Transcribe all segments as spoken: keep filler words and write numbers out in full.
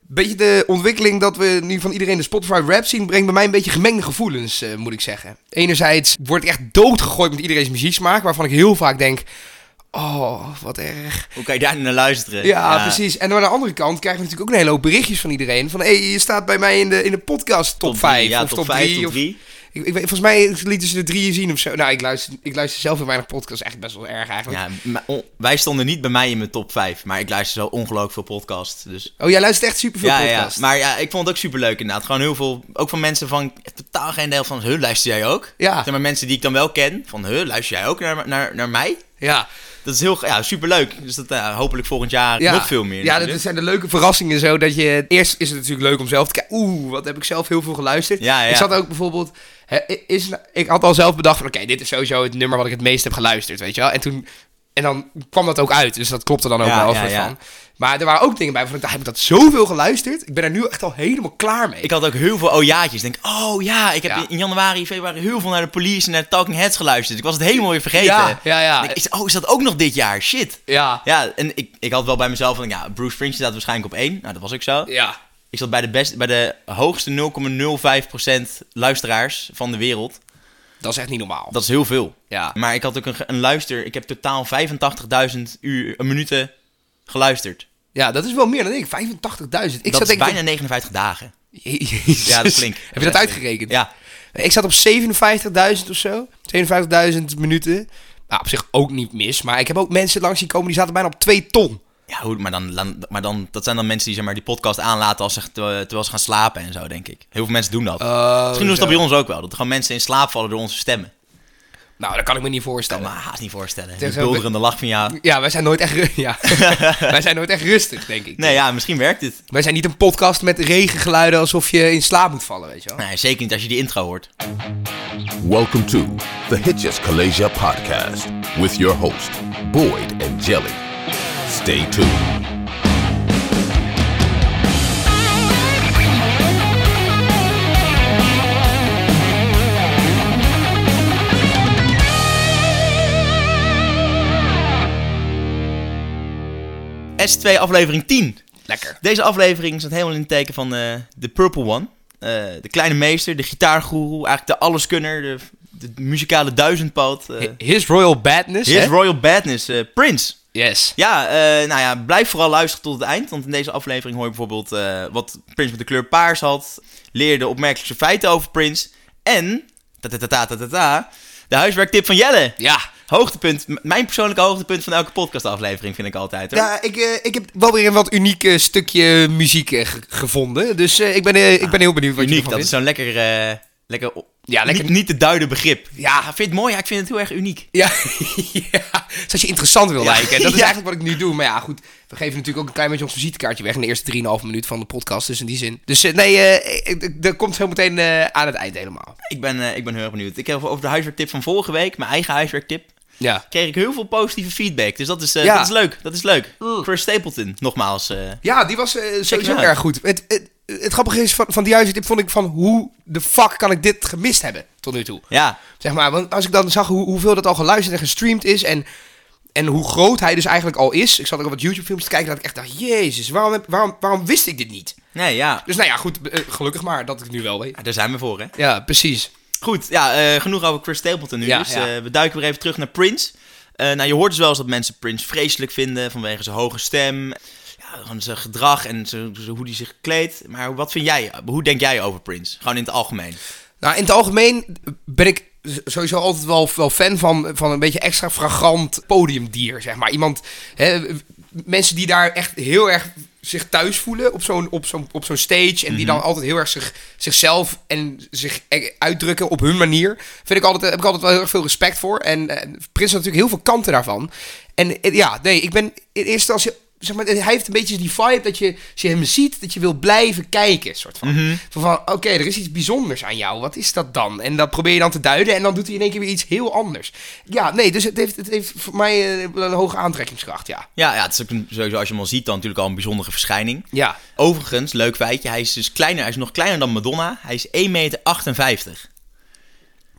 beetje de ontwikkeling dat we nu van iedereen de Spotify rap zien, brengt bij mij een beetje gemengde gevoelens, uh, moet ik zeggen. Enerzijds word ik echt doodgegooid met iedereen's muzieksmaak, waarvan ik heel vaak denk, oh, wat erg. Hoe kan je daar naar luisteren? Ja, ja, precies. En aan de andere kant krijgen we natuurlijk ook een hele hoop berichtjes van iedereen. Van, hé, hey, je staat bij mij in de, in de podcast top, top vijf. Ja, of top, top vijf, drie. top drie. Ik, ik, volgens mij lieten ze de drieën zien of zo. Nou, ik luister, ik luister zelf heel weinig podcasts. Echt best wel erg eigenlijk. Ja, maar, on, wij stonden niet bij mij in mijn top vijf. Maar ik luister zo ongelooflijk veel podcasts. Dus. Oh, jij luistert echt superveel ja, podcasts? Ja, maar ja, ik vond het ook superleuk inderdaad. Gewoon heel veel, ook van mensen van totaal geen deel van, huh, luister jij ook? Ja. Zeg maar mensen die ik dan wel ken, van, huh, luister jij ook naar, naar, naar mij? Ja. Dat is heel, ja, superleuk. Dus dat uh, hopelijk volgend jaar ja. nog veel meer. Ja, dat zijn de leuke verrassingen zo. Dat je, eerst is het natuurlijk leuk om zelf te kijken. Oeh, wat heb ik zelf heel veel geluisterd. Ja, ja. Ik zat ook bijvoorbeeld... Hè, is, ik had al zelf bedacht van... Oké, okay, dit is sowieso het nummer wat ik het meest heb geluisterd, weet je wel. En toen... En dan kwam dat ook uit. Dus dat klopte dan ook ja, wel ja, soort ja. van. Maar er waren ook dingen bij van... Heb ik dat zoveel geluisterd? Ik ben er nu echt al helemaal klaar mee. Ik had ook heel veel oh jaatjes. Ik denk, oh ja, ik heb ja. in januari, februari heel veel naar de Police en naar de Talking Heads geluisterd. Ik was het helemaal weer vergeten. Ja, ja, ja. Ik, oh, is dat ook nog dit jaar? Shit. Ja. Ja, en ik, ik had wel bij mezelf van, ja, Bruce Springsteen staat waarschijnlijk op één. Nou, dat was ook zo. Ja. Ik zat bij de, best, bij de hoogste nul komma nul vijf procent luisteraars van de wereld. Dat is echt niet normaal. Dat is heel veel. Ja. Maar ik had ook een, een luister... Ik heb totaal vijfentachtigduizend uur, minuten geluisterd. Ja, dat is wel meer dan ik. vijfentachtigduizend. Ik dat zat is denk bijna negenenvijftig dagen. Jezus. Ja, dat klinkt. Heb je dat uitgerekend? Ja. Ik zat op zevenenvijftigduizend of zo. zevenenvijftigduizend minuten. Nou, op zich ook niet mis. Maar ik heb ook mensen langs zien komen die zaten bijna op twee ton. Ja, goed, maar dan, maar dan, dat zijn dan mensen die zeg maar, die podcast aanlaten als ze, terwijl ze gaan slapen en zo, denk ik. Heel veel mensen doen dat. Uh, Misschien doen ze dat bij ons ook wel. Dat er gewoon mensen in slaap vallen door onze stemmen. Nou, dat kan ik me niet voorstellen. Dat kan me haast niet voorstellen. Die bulderende lach van jou. Ja, wij zijn nooit echt, ja. wij zijn nooit echt rustig, denk ik. Nee, ja, misschien werkt het. Wij zijn niet een podcast met regengeluiden alsof je in slaap moet vallen, weet je wel. Nee, zeker niet als je die intro hoort. Welcome to the Hitches Kalasia podcast with your host, Boyd and Jelly. Stay tuned. S twee aflevering tien. Lekker. Deze aflevering staat helemaal in het teken van uh, de Purple One. Uh, de kleine meester, de gitaargoeroe, eigenlijk de alleskunner, de, de muzikale duizendpoot. Uh, His Royal Badness, His hè? Royal Badness, uh, Prince. Yes. Ja, uh, nou ja, blijf vooral luisteren tot het eind. Want in deze aflevering hoor je bijvoorbeeld uh, wat Prince met de kleur paars had. Leer de opmerkelijke feiten over Prince. En, ta-ta-ta-ta-ta-ta, de huiswerktip van Jelle. Ja. Hoogtepunt, mijn persoonlijke hoogtepunt van elke podcastaflevering vind ik altijd. Hoor. Ja, ik, uh, ik heb wel weer een wat uniek uh, stukje muziek uh, g- gevonden. Dus uh, ik, ben, uh, ik ben heel benieuwd wat Uniek, je ervan dat vindt. is zo'n lekker, uh, lekker, Ja, lekker. Niet, niet te duiden begrip. Ja. Vind je het mooi? Ja, ik vind het heel erg uniek. Ja, ja. Dus als je interessant wil Ja. lijken. Dat is Ja. eigenlijk wat ik nu doe. Maar ja, goed. We geven natuurlijk ook een klein beetje ons visitekaartje weg in de eerste drieënhalve minuut van de podcast. Dus in die zin. Dus uh, nee, uh, dat komt zo meteen uh, aan het eind helemaal. Ik ben, uh, ik ben heel erg benieuwd. Ik heb over de huiswerktip van vorige week, mijn eigen huiswerktip, Ja. kreeg ik heel veel positieve feedback. Dus dat is, uh, Ja. dat is leuk. Dat is leuk. Mm. Chris Stapleton, nogmaals. Uh, Ja, die was uh, sowieso uit. erg goed. Het, het, het grappige is van, van die huiswerktip vond ik van hoe de fuck kan ik dit gemist hebben tot nu toe. ja, Zeg maar, want als ik dan zag hoe, hoeveel dat al geluisterd en gestreamd is en, en hoe groot hij dus eigenlijk al is. Ik zat ook op wat YouTube films te kijken dat ik echt dacht, jezus, waarom, heb, waarom, waarom wist ik dit niet? nee, ja. Dus nou ja, goed, uh, gelukkig maar dat ik het nu wel weet. Ja, daar zijn we voor, hè. Ja, precies. Goed, ja, uh, genoeg over Chris Stapleton nu. Ja, dus ja. Uh, we duiken weer even terug naar Prince. Uh, nou, je hoort dus wel eens dat mensen Prince vreselijk vinden vanwege zijn hoge stem. Ja, gewoon zijn gedrag en zijn, hoe hij zich kleedt. Maar wat vind jij, hoe denk jij over Prince? Gewoon in het algemeen. Nou, in het algemeen ben ik sowieso altijd wel, wel fan van, van een beetje extravagant podiumdier, zeg maar. Iemand, hè, mensen die daar echt heel erg zich thuis voelen op zo'n, op zo'n, op zo'n stage. En die Mm-hmm. dan altijd heel erg zich, zichzelf en zich uitdrukken op hun manier. Vind ik altijd, heb ik altijd wel heel erg veel respect voor. En, en Prince heeft natuurlijk heel veel kanten daarvan. En eh, ja, nee, ik ben in eerste instantie... Zeg maar, hij heeft een beetje die vibe dat je, als je hem ziet, dat je wil blijven kijken. Soort van, Mm-hmm. van, van oké, okay, er is iets bijzonders aan jou. Wat is dat dan? En dat probeer je dan te duiden en dan doet hij in één keer weer iets heel anders. Ja, nee, dus het heeft, het heeft voor mij uh, een hoge aantrekkingskracht, ja. Ja, ja, het is ook een, sowieso als je hem al ziet dan natuurlijk al een bijzondere verschijning. Ja. Overigens, leuk feitje, hij is dus kleiner, hij is nog kleiner dan Madonna. Hij is één meter achtenvijftig.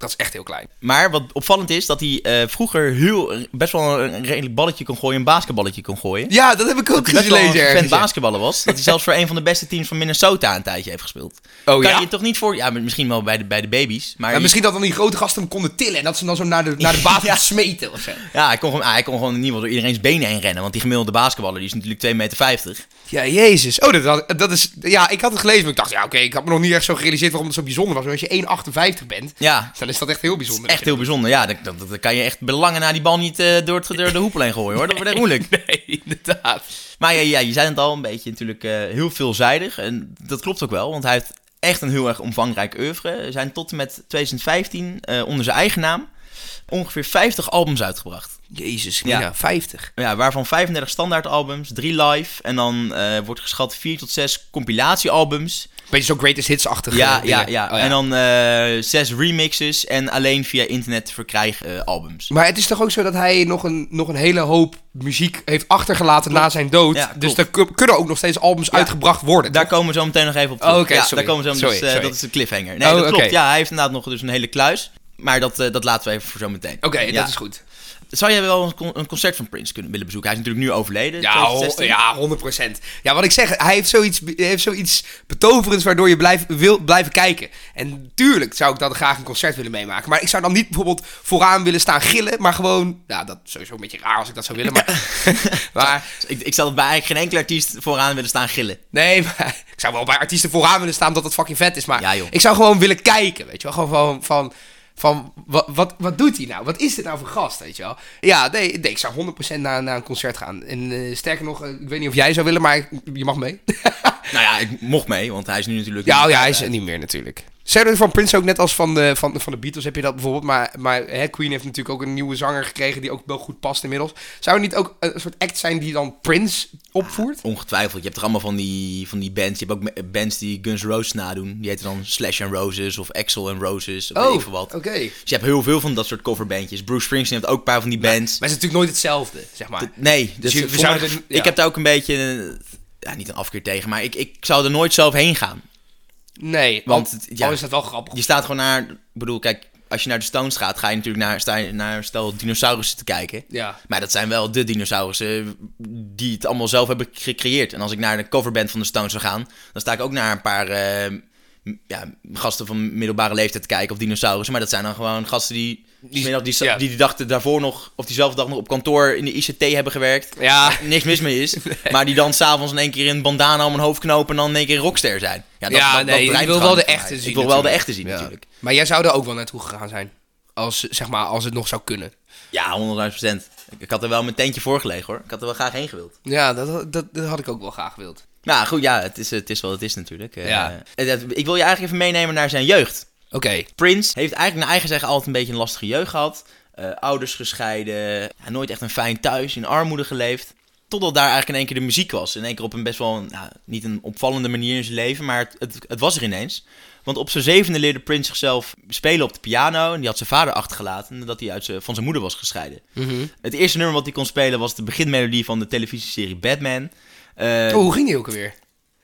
Dat is echt heel klein. Maar wat opvallend is, dat hij uh, vroeger heel, best wel een redelijk balletje kon gooien, een basketballetje kon gooien. Ja, dat heb ik ook best gelezen wel een ergens. fan basketballen was. Dat hij zelfs voor een van de beste teams van Minnesota een tijdje heeft gespeeld. Oh, kan ja? je toch niet voor... Ja, misschien wel bij de, bij de baby's. Maar ja, je, misschien dat dan die grote gasten hem konden tillen en dat ze dan zo naar de, naar de basis Ja. smeten of zo. Ja, hij kon, gewoon, ah, hij kon gewoon in ieder geval door iedereen's benen heen rennen. Want die gemiddelde basketballer die is natuurlijk twee meter vijftig. Ja, jezus. Oh, dat, dat, dat is... Ja, ik had het gelezen, maar ik dacht, ja, oké, okay, ik had me nog niet echt zo gerealiseerd waarom het zo bijzonder was. Maar als je één komma achtenvijftig bent, Ja, dan is dat echt heel bijzonder. echt heel bijzonder. Ja, dan, dan, dan kan je echt belangen naar die bal niet uh, door, het, door de hoepel heen gooien, hoor. Dat wordt echt moeilijk. Nee, inderdaad. Maar ja, ja, je zei het al, een beetje natuurlijk uh, heel veelzijdig. En dat klopt ook wel, want hij heeft echt een heel erg omvangrijk oeuvre. Er zijn tot en met twintig vijftien uh, onder zijn eigen naam ongeveer vijftig albums uitgebracht. Jezus, Ja. ja, vijftig. Ja, waarvan vijfendertig standaardalbums, drie live en dan uh, wordt geschat vier tot zes compilatiealbums. Beetje zo greatest hits-achtig. Ja, uh, ja, dingen. ja. Oh, ja. En dan uh, zes remixes en alleen via internet te verkrijgen uh, albums. Maar het is toch ook zo dat hij nog een, nog een hele hoop muziek heeft achtergelaten Klopt. na zijn dood. Ja, dus klopt. er k- kunnen ook nog steeds albums Ja. uitgebracht worden. Daar toch? komen we zo meteen nog even op terug. Oh, oké, ja, sorry. daar komen we zo Sorry, dus, uh, sorry. Dat is de cliffhanger. Nee, Oh, dat klopt. oké. Ja, hij heeft inderdaad nog dus een hele kluis. Maar dat, uh, dat laten we even voor zo meteen. Oké, Ja. dat is goed. Zou jij wel een, con- een concert van Prince kunnen willen bezoeken? Hij is natuurlijk nu overleden. Ja, twintig ho- zestien. ja, honderd procent. Ja, wat ik zeg, hij heeft zoiets, hij heeft zoiets betoverends waardoor je blijf, wil blijven kijken. En tuurlijk zou ik dan graag een concert willen meemaken. Maar ik zou dan niet bijvoorbeeld vooraan willen staan gillen, maar gewoon... Nou, dat is sowieso een beetje raar als ik dat zou willen, maar... maar Ik, ik zou het bij eigenlijk geen enkele artiest vooraan willen staan gillen. nee, maar ik zou wel bij artiesten vooraan willen staan dat het fucking vet is. Maar Ja, joh. ik zou gewoon willen kijken, weet je wel. Gewoon van... van Van, wat, wat, wat doet hij nou? Wat is dit nou voor gast, weet je wel? Ja, nee, nee ik zou honderd procent naar, naar een concert gaan. En uh, sterker nog, uh, ik weet niet of jij zou willen, maar ik- je mag mee. Nou ja, ik mocht mee, want hij is nu natuurlijk... Ja, niet- oh ja, hij is er niet meer natuurlijk. Zeg je van Prince ook net als van de, van, van de Beatles heb je dat bijvoorbeeld. Maar, maar hè, Queen heeft natuurlijk ook een nieuwe zanger gekregen die ook wel goed past inmiddels. Zou er niet ook een soort act zijn die dan Prince opvoert? Ongetwijfeld. Je hebt toch allemaal van die, van die bands. Je hebt ook me- bands die Guns N' Roses nadoen. Die heten dan Slash and Roses of Axl and Roses. Of weet ik veel wat. oké. Dus je hebt heel veel van dat soort coverbandjes. Bruce Springsteen heeft ook een paar van die bands. Maar het is natuurlijk nooit hetzelfde, zeg maar. Nee, dus je- we voor zouden mij- er- ja. ik heb daar ook een beetje... eh, Ja, niet een afkeer tegen, maar ik, ik zou er nooit zelf heen gaan. Nee, Want, want ja. oh, is dat wel grappig. Je staat gewoon naar... Ik bedoel, kijk, als je naar de Stones gaat, ga je natuurlijk naar, sta je naar stel dinosaurussen te kijken. Ja. Maar dat zijn wel de dinosaurussen die het allemaal zelf hebben gecreëerd. En als ik naar de coverband van de Stones zou gaan, dan sta ik ook naar een paar uh, ja, gasten van middelbare leeftijd te kijken op dinosaurussen. Maar dat zijn dan gewoon gasten die die, die, die, ja. die, die dachten daarvoor nog, of diezelfde dag nog op kantoor in de I C T hebben gewerkt. Ja. Waar niks mis mee is. Nee. Maar die dan s'avonds in één keer een bandana om een hoofd knopen en dan in één keer een rockster zijn. Ja, dat, ja, dat, nee, dat ik wil gewoon wel de niet voor echte mij. zien. Ik wil wel de natuurlijk. echte zien Ja. natuurlijk. Maar jij zou er ook wel naartoe gegaan zijn. Als, zeg maar, als het nog zou kunnen. Ja, honderdduizend procent. Ik, ik had er wel mijn tentje voor gelegen hoor. Ik had er wel graag heen gewild. Ja, dat, dat, dat had ik ook wel graag gewild. Nou goed, ja, het is, het is wat het is natuurlijk. Uh, Ja. uh, ik wil je eigenlijk even meenemen naar zijn jeugd. Oké. Okay. Prince heeft eigenlijk naar eigen zeggen altijd een beetje een lastige jeugd gehad. Uh, ouders gescheiden, ja, nooit echt een fijn thuis, in armoede geleefd. Totdat daar eigenlijk in één keer de muziek was. In één keer op een best wel, nou, niet een opvallende manier in zijn leven, maar het, het, het was er ineens. Want op zijn zevende leerde Prince zichzelf spelen op de piano. En die had zijn vader achtergelaten nadat hij uit zijn, van zijn moeder was gescheiden. Mm-hmm. Het eerste nummer wat hij kon spelen was de beginmelodie van de televisieserie Batman. Uh, oh, hoe ging die ook alweer?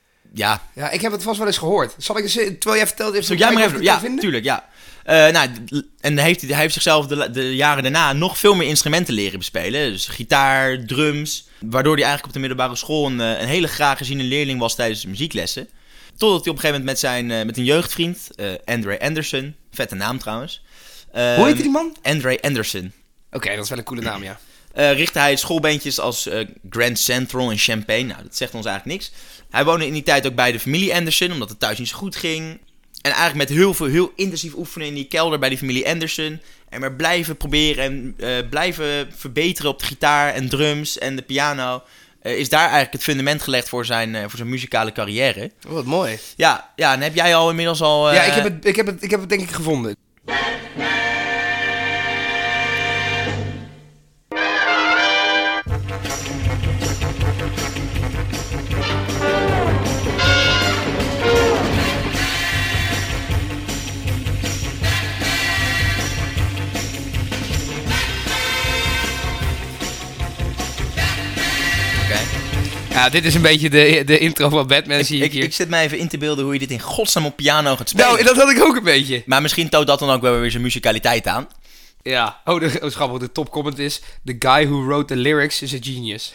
Ja. Ja, ik heb het vast wel eens gehoord. Zal ik eens, terwijl jij vertelt, even Zal jij maar even, ja, vinden? tuurlijk, ja. Uh, nou, en heeft, hij heeft zichzelf de, de jaren daarna nog veel meer instrumenten leren bespelen. Dus gitaar, drums. Waardoor hij eigenlijk op de middelbare school een, een hele graag geziene leerling was tijdens de muzieklessen. Totdat hij op een gegeven moment met, zijn, uh, met een jeugdvriend, uh, Andre Anderson, vette naam trouwens. Uh, Hoe heette die man? Andre Anderson. Oké, okay, dat is wel een coole naam, ja. Uh, richtte hij schoolbandjes als uh, Grand Central en Champagne. Nou, dat zegt ons eigenlijk niks. Hij woonde in die tijd ook bij de familie Anderson, omdat het thuis niet zo goed ging. En eigenlijk met heel veel, heel intensief oefenen in die kelder bij die familie Anderson. En maar blijven proberen en uh, blijven verbeteren op de gitaar en drums en de piano. Uh, is daar eigenlijk het fundament gelegd voor zijn, uh, voor zijn muzikale carrière. Oh, wat mooi. Ja, ja, en heb jij al inmiddels al... Uh... Ja, ik heb, het, ik, heb het, ik heb het denk ik gevonden. Ja, dit is een beetje de, de intro van Batman, zie ik, ik, hier. ik zit mij even in te beelden hoe je dit in godsnaam op piano gaat spelen. Nou, dat had ik ook een beetje. Maar misschien toont dat dan ook wel weer zijn musicaliteit aan. Ja. Oh, de, oh grappig, de top comment is... The guy who wrote the lyrics is a genius.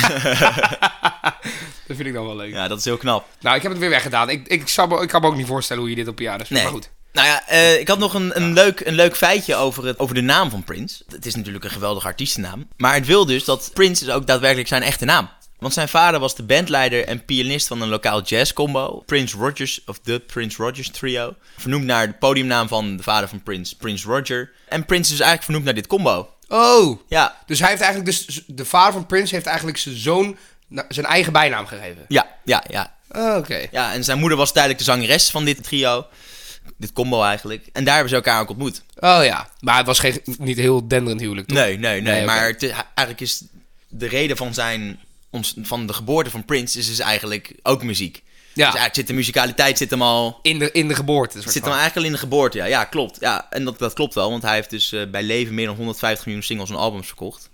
Dat vind ik dan wel leuk. Ja, dat is heel knap. Nou, ik heb het weer weggedaan. Ik, ik, zou me, ik kan me ook niet voorstellen hoe je dit op piano speelt. Nee. Maar goed. Nou ja, uh, ik had nog een, een, leuk, een leuk feitje over, het, over de naam van Prince. Het is natuurlijk een geweldige artiestennaam. Maar het wil dus dat Prince is ook daadwerkelijk zijn echte naam. Want zijn vader was de bandleider en pianist van een lokaal jazzcombo. Prince Rogers, of de Prince Rogers Trio. Vernoemd naar de podiumnaam van de vader van Prince, Prince Roger. En Prince is dus eigenlijk vernoemd naar dit combo. Oh. Ja. Dus hij heeft eigenlijk... Dus de vader van Prince heeft eigenlijk zijn zoon zijn eigen bijnaam gegeven. Ja, ja, ja. Oh, oké. Okay. Ja, en zijn moeder was tijdelijk de zangeres van dit trio. Dit combo eigenlijk. En daar hebben ze elkaar ook ontmoet. Oh ja. Maar het was geen, niet heel denderend huwelijk, toch? Nee, nee, nee. nee maar okay. het, eigenlijk is de reden van zijn... van de geboorte van Prince is dus eigenlijk ook muziek. Ja. Dus eigenlijk zit de musicaliteit zit hem al... In de, in de geboorte. Zit hem eigenlijk al in de geboorte, ja. Ja, klopt. Ja, en dat, dat klopt wel, want hij heeft dus uh, bij leven meer dan honderdvijftig miljoen singles en albums verkocht.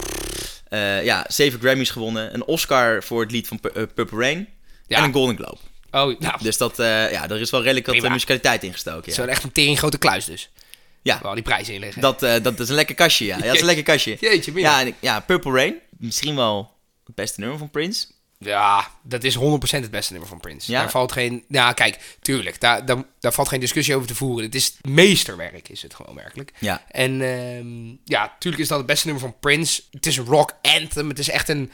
Uh, ja, zeven Grammys gewonnen. Een Oscar voor het lied van P- uh, Purple Rain. Ja. En een Golden Globe. Oh, nou. Dus dat, uh, ja, er is wel redelijk wat uh, musicaliteit ingestoken. Ja. Zo echt een tering grote kluis dus. Ja. Waar al die prijzen in liggen. Dat, uh, dat is een lekker kastje, ja. Ja, dat is een lekker kastje. Jeetje, meer. Ja, en, ja, Purple Rain. Misschien wel het beste nummer van Prince. Ja, dat is honderd procent het beste nummer van Prince. Ja? Daar valt geen... Ja, kijk, tuurlijk. Daar, daar, daar valt geen discussie over te voeren. Het is meesterwerk, is het gewoon werkelijk. Ja. En uh, ja, tuurlijk is dat het beste nummer van Prince. Het is een rock anthem. Het is echt een...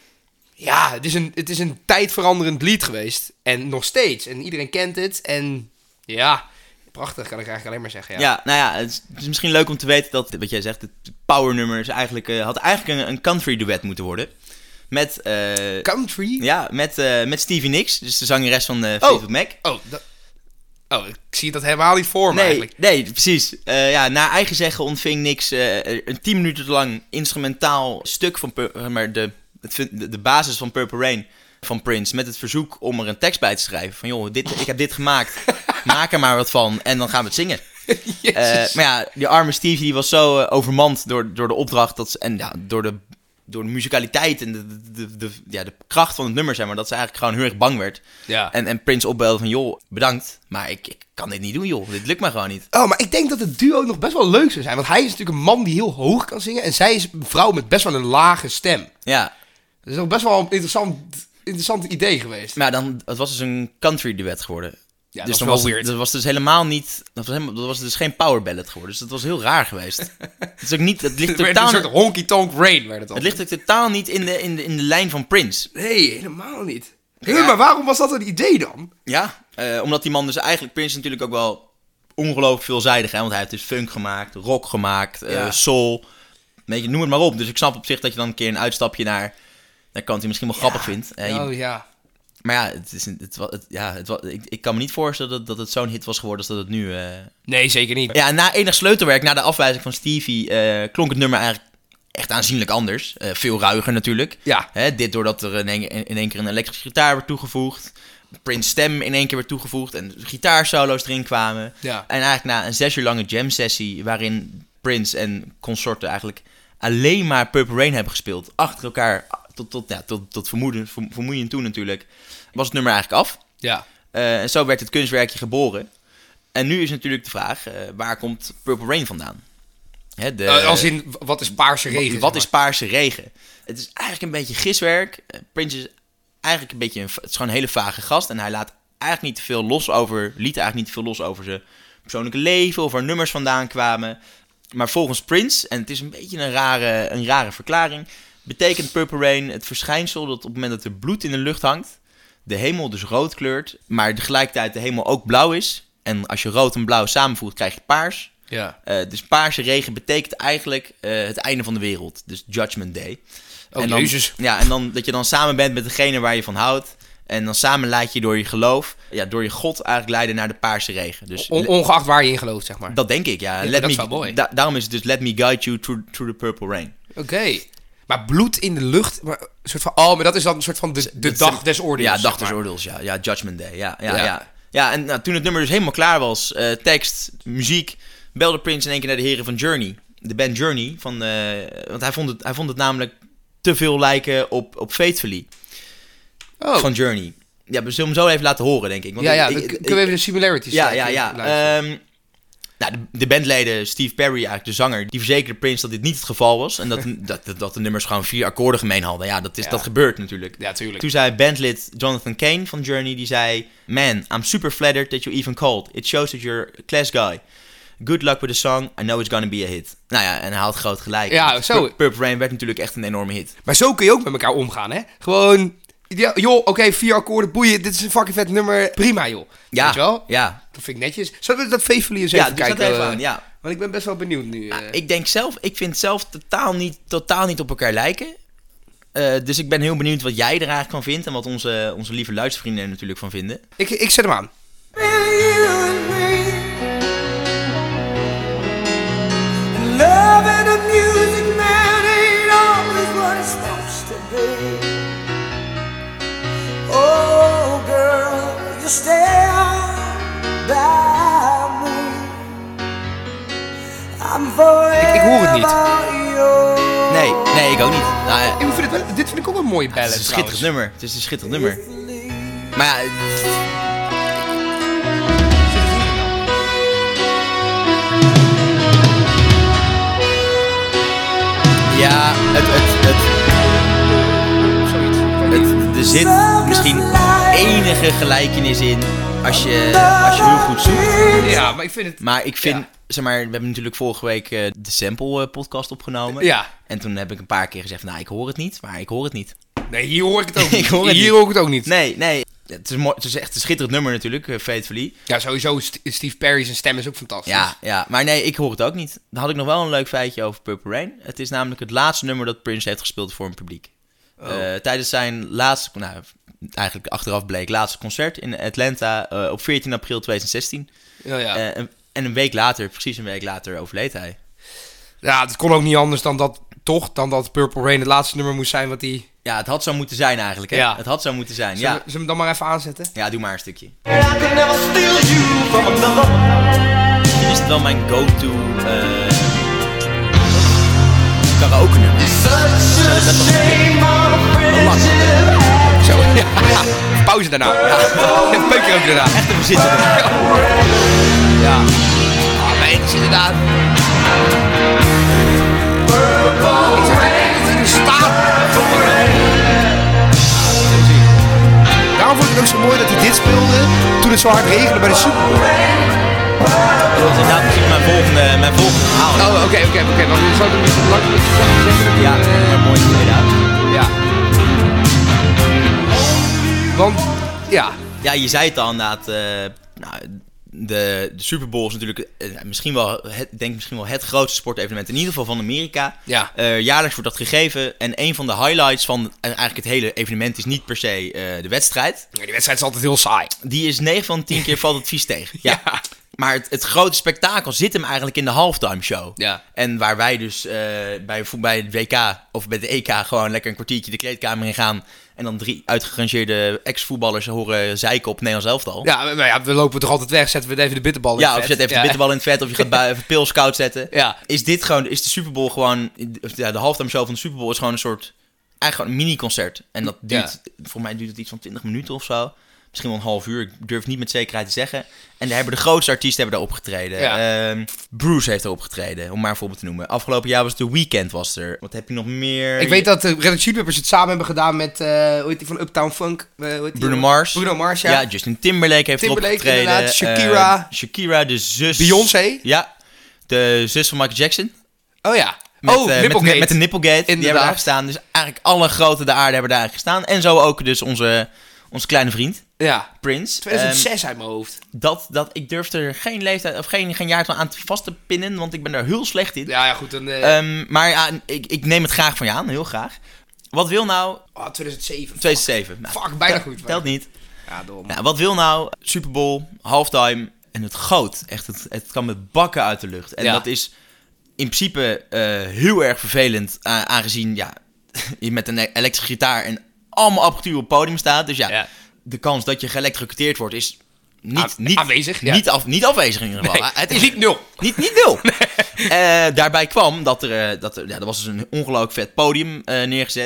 Ja, het is een, het is een tijdveranderend lied geweest. En nog steeds. En iedereen kent het. En ja... Prachtig, kan ik eigenlijk alleen maar zeggen. Ja, ja nou ja, het is, het is misschien leuk om te weten dat, wat jij zegt, het powernummer is eigenlijk, uh, had eigenlijk een, een country duet moeten worden. Met... Uh, country? Ja, met, uh, met Stevie Nicks, dus de zangeres van uh, Fleetwood oh. Mac. Oh, dat, oh, ik zie dat helemaal niet voor me nee, eigenlijk. Nee, precies. Uh, ja, naar eigen zeggen ontving Nicks uh, een tien minuten lang instrumentaal stuk van maar de, het, de, de basis van Purple Rain van Prince, met het verzoek om er een tekst bij te schrijven. Van joh, dit, ik heb dit gemaakt, maak er maar wat van en dan gaan we het zingen. Uh, maar ja, die arme Stevie die was zo uh, overmand door, door de opdracht dat ze, en ja, door de, door de musicaliteit en de, de, de, de, ja, de kracht van het nummer, zeg maar, dat ze eigenlijk gewoon heel erg bang werd. Ja. En, en Prince opbelde van joh, bedankt, maar ik, ik kan dit niet doen joh, dit lukt me gewoon niet. Oh, maar ik denk dat het duo nog best wel leuk zou zijn, want hij is natuurlijk een man die heel hoog kan zingen en zij is een vrouw met best wel een lage stem. Ja. Dat is ook best wel een interessant... interessant idee geweest. Maar dan, het was dus een country duet geworden. Ja, dus dat was wel was weird. Dat was dus helemaal niet... Dat was, helemaal, dat was dus geen power ballad geworden. Dus dat was heel raar geweest. Het is ook niet... Het ligt het totaal... een soort honky-tonk rain werd het al. Het ligt ook totaal niet in de, in de, in de lijn van Prince. Nee, helemaal niet. Ja. Hey, maar waarom was dat een idee dan? Ja, uh, omdat die man dus eigenlijk... Prince is natuurlijk ook wel ongelooflijk veelzijdig. Hè? Want hij heeft dus funk gemaakt, rock gemaakt, uh, ja. soul. Weet je, noem het maar op. Dus ik snap op zich dat je dan een keer een uitstapje naar... naar kant die misschien wel ja. grappig vindt. Uh, je, oh ja. Maar ja, het is een, het, het, ja het, ik, ik kan me niet voorstellen dat, dat het zo'n hit was geworden als dat het nu... Uh... Nee, zeker niet. Ja, na enig sleutelwerk, na de afwijzing van Stevie, uh, klonk het nummer eigenlijk echt aanzienlijk anders. Uh, veel ruiger natuurlijk. Ja. Hè, dit doordat er in één, in één keer een elektrische gitaar werd toegevoegd. Prince stem in één keer werd toegevoegd en gitaarsolo's erin kwamen. Ja. En eigenlijk na een zes uur lange jam sessie, waarin Prince en consorten eigenlijk alleen maar Purple Rain hebben gespeeld. Achter elkaar, tot, tot, ja, tot, tot vermoeden, vermoeiend toe natuurlijk. Was het nummer eigenlijk af. Ja. Uh, en zo werd het kunstwerkje geboren. En nu is natuurlijk de vraag, uh, waar komt Purple Rain vandaan? Hè, de, uh, als in, wat is paarse regen? Wat, wat is paarse regen? Het is eigenlijk een beetje giswerk. Uh, Prince is eigenlijk een beetje, een, het is gewoon een hele vage gast. En hij laat eigenlijk niet te veel los over, liet eigenlijk niet te veel los over zijn persoonlijke leven of waar nummers vandaan kwamen. Maar volgens Prince, en het is een beetje een rare, een rare verklaring, betekent Purple Rain het verschijnsel dat op het moment dat er bloed in de lucht hangt, de hemel dus rood kleurt, maar tegelijkertijd de hemel ook blauw is. En als je rood en blauw samenvoegt, krijg je paars. Ja. Uh, dus paarse regen betekent eigenlijk uh, het einde van de wereld. Dus Judgment Day. Oh, en dan, Jezus. Ja, en dan dat je dan samen bent met degene waar je van houdt. En dan samen leid je door je geloof, ja, door je God eigenlijk leiden naar de paarse regen. Dus On, ongeacht waar je in gelooft, zeg maar. Dat denk ik, ja. ja let dat me, is wel mooi. Da- daarom is het dus Let me guide you through, through the purple rain. Oké. Okay. Maar bloed in de lucht, maar een soort van, oh, maar dat is dan een soort van de, de dag des oordeels. Ja, dag zeg des maar. oordeels, ja. Ja, Judgment Day, ja. Ja, ja. Ja. ja. ja en nou, toen het nummer dus helemaal klaar was, uh, tekst, muziek, belde Prince in één keer naar de heren van Journey. De band Journey, van, uh, want hij vond, het, hij vond het namelijk te veel lijken op, op Faithfully. Oh. van Journey. Ja, we zullen hem zo even laten horen, denk ik. Want ja, ja, ik, dan ik, kunnen we even de similarities Ja, kijken, ja, ja. luisteren. Um, nou, de, de bandleden, Steve Perry, eigenlijk de zanger, die verzekerde Prince dat dit niet het geval was. En dat, dat, dat, dat de nummers gewoon vier akkoorden gemeen hadden. Ja, dat, is, Ja. dat gebeurt natuurlijk. Ja, tuurlijk. Toen zei bandlid Jonathan Cain van Journey, die zei... Man, I'm super flattered that you even called. It shows that you're a class guy. Good luck with the song. I know it's gonna be a hit. Nou ja, en hij had groot gelijk. Ja, zo. Pur- Purple Rain werd natuurlijk echt een enorme hit. Maar zo kun je ook met elkaar omgaan, hè? Gewoon, ja, joh, oké, okay, vier akkoorden, boeien, dit is een fucking vet nummer, prima, joh. Ja, Weet je wel? ja. Dat vind ik netjes. Zullen we dat Faithfully eens Ja, even dus dat kijken? even uh, aan, ja. Want ik ben best wel benieuwd nu. Uh. Ah, ik denk zelf, ik vind zelf totaal niet, totaal niet op elkaar lijken. Uh, dus ik ben heel benieuwd wat jij er eigenlijk van vindt. En wat onze, onze lieve luistervrienden er natuurlijk van vinden. Ik, ik zet hem aan. Love and the music, man, ain't always what it's supposed to be. Oh, girl, you stand by me. I'm forever Ik- ik hoor het niet. yours. Nee, nee, ik ook niet. Nou, ja, Ik vind het wel, dit vind ik ook wel een mooie het ballad is een schitterend trouwens. nummer. Het is een schitterend nummer. Maar ja, ja, het, het, het, Zoiets. Ik weet niet. het, er zit misschien enige gelijkenis in als je, als je heel goed zoekt. Ja, maar ik vind het... Maar ik vind, Ja. zeg maar, we hebben natuurlijk vorige week uh, de Sample uh, podcast opgenomen. Ja. En toen heb ik een paar keer gezegd, nou, ik hoor het niet, maar ik hoor het niet. Nee, hier hoor ik het ook niet. Ik hoor het hier niet. hoor ik het ook niet. Nee, nee. Het is, mooi, het is echt een schitterend nummer natuurlijk, uh, Faithfully. Ja, sowieso, St- Steve Perry zijn stem is ook fantastisch. Ja, ja, maar nee, ik hoor het ook niet. Dan had ik nog wel een leuk feitje over Purple Rain. Het is namelijk het laatste nummer dat Prince heeft gespeeld voor een publiek. Oh. Uh, tijdens zijn laatste, nou, eigenlijk achteraf bleek, laatste concert in Atlanta uh, op veertien april tweeduizend zestien. Ja, ja. Uh, en, en een week later, precies een week later, overleed hij. Ja, het kon ook niet anders dan dat, toch, dan dat Purple Rain het laatste nummer moest zijn wat hij... Ja, het had zo moeten zijn eigenlijk, hè? Ja. Het had zo moeten zijn, Zullen, ja. we, zullen we hem dan maar even aanzetten? Ja, doe maar een stukje. And I can never steal you from another. Misschien is het wel mijn go-to uh, karaoke nummer. Such a shame, my friendship. Zo, ja. Pauze daarna. Ja. En peukje ook daarna. Echt een bezitter. Ja. Ah, nee, het is inderdaad... Ik zeg, het is in de staat. Daarom vond ik het ook zo mooi dat hij dit speelde toen het zo hard regende bij de Super Bowl. Dat is inderdaad misschien mijn volgende, mijn volgende verhaal. Oh, oké, oké, oké. Want we zouden niet zo lang zeggen. Ja, een mooi inderdaad. Ja. Want, ja. Ja, je zei het al inderdaad. Uh, nou, de, de Super Bowl is natuurlijk uh, misschien wel, het, denk misschien wel het grootste sportevenement, in ieder geval van Amerika. Ja. Uh, jaarlijks wordt dat gegeven. En een van de highlights van uh, eigenlijk het hele evenement is niet per se uh, de wedstrijd. Ja, die wedstrijd is altijd heel saai. Die is negen van tien keer valt het vies tegen. Ja. Ja. Maar het, het grote spektakel zit hem eigenlijk in de halftime show. Ja. En waar wij dus uh, bij, bij het W K of bij de E K gewoon lekker een kwartiertje de kleedkamer in gaan. En dan drie uitgerangeerde ex-voetballers horen zeiken op het Nederlands elftal. Ja, maar ja, we lopen toch altijd weg. Zetten we even de bitterbal in Ja, het of je vet. zet even Ja. de bitterbal in het vet, of je gaat bui- even pilscout zetten. Ja. Is dit gewoon, is de Super Bowl gewoon, ja, de halftime show van de Super Bowl is gewoon een soort, eigenlijk gewoon een mini-concert. En dat duurt, volgens mij duurt het iets van twintig minuten of zo. Misschien wel een half uur, ik durf het niet met zekerheid te zeggen. En daar hebben de grootste artiesten hebben daar opgetreden. Ja. Ehm, Bruce heeft er opgetreden, om maar een voorbeeld te noemen. Afgelopen jaar was The Weeknd was er. Wat heb je nog meer? Ik weet dat de Red Hot Chili Peppers het samen hebben gedaan met, uh, hoe heet die van Uptown Funk? Uh, hoe heet die Bruno jongen? Mars. Bruno Mars, ja. Ja, Justin Timberlake heeft Timberlake, erop opgetreden. inderdaad. Shakira. Ehm, Shakira, de zus. Beyoncé. Ja, de zus van Michael Jackson. Oh ja. Met, oh, eh, Nipplegate. met, met de Nipplegate, die hebben Inderdaad. daar gestaan. Dus eigenlijk alle grote de aarde hebben daar gestaan. En zo ook dus onze, onze kleine vriend, Ja. Prince. tweeduizend zes Ehm, uit mijn hoofd. dat, dat, ik durf er geen leeftijd of geen, geen jaartal aan te vast te pinnen, want ik ben daar heel slecht in. Ja, ja, goed. Dan, uh, Ehm, maar ja, ik, ik neem het graag van je aan, heel graag. Wat wil nou... oh, tweeduizend zeven. tweeduizend zeven. Nou, Fuck, bijna tel- goed. Telt niet. Ja, dom. Nou, wat wil nou Super Bowl, halftime en het goot? Echt, het, het kan met bakken uit de lucht. En Ja. dat is in principe uh, heel erg vervelend, uh, aangezien ja, je met een elektrische gitaar en allemaal apparatuur op het podium staat. Dus ja, Ja. de kans dat je geëlektrocuteerd wordt is niet, A- niet aanwezig, ja. Niet, af, niet afwezig in ieder geval. Nee, het is niet nul. Niet, niet nul. Eh, daarbij kwam dat er, uh, dat er, ja, er was dus een ongelooflijk vet podium uh, neergezet.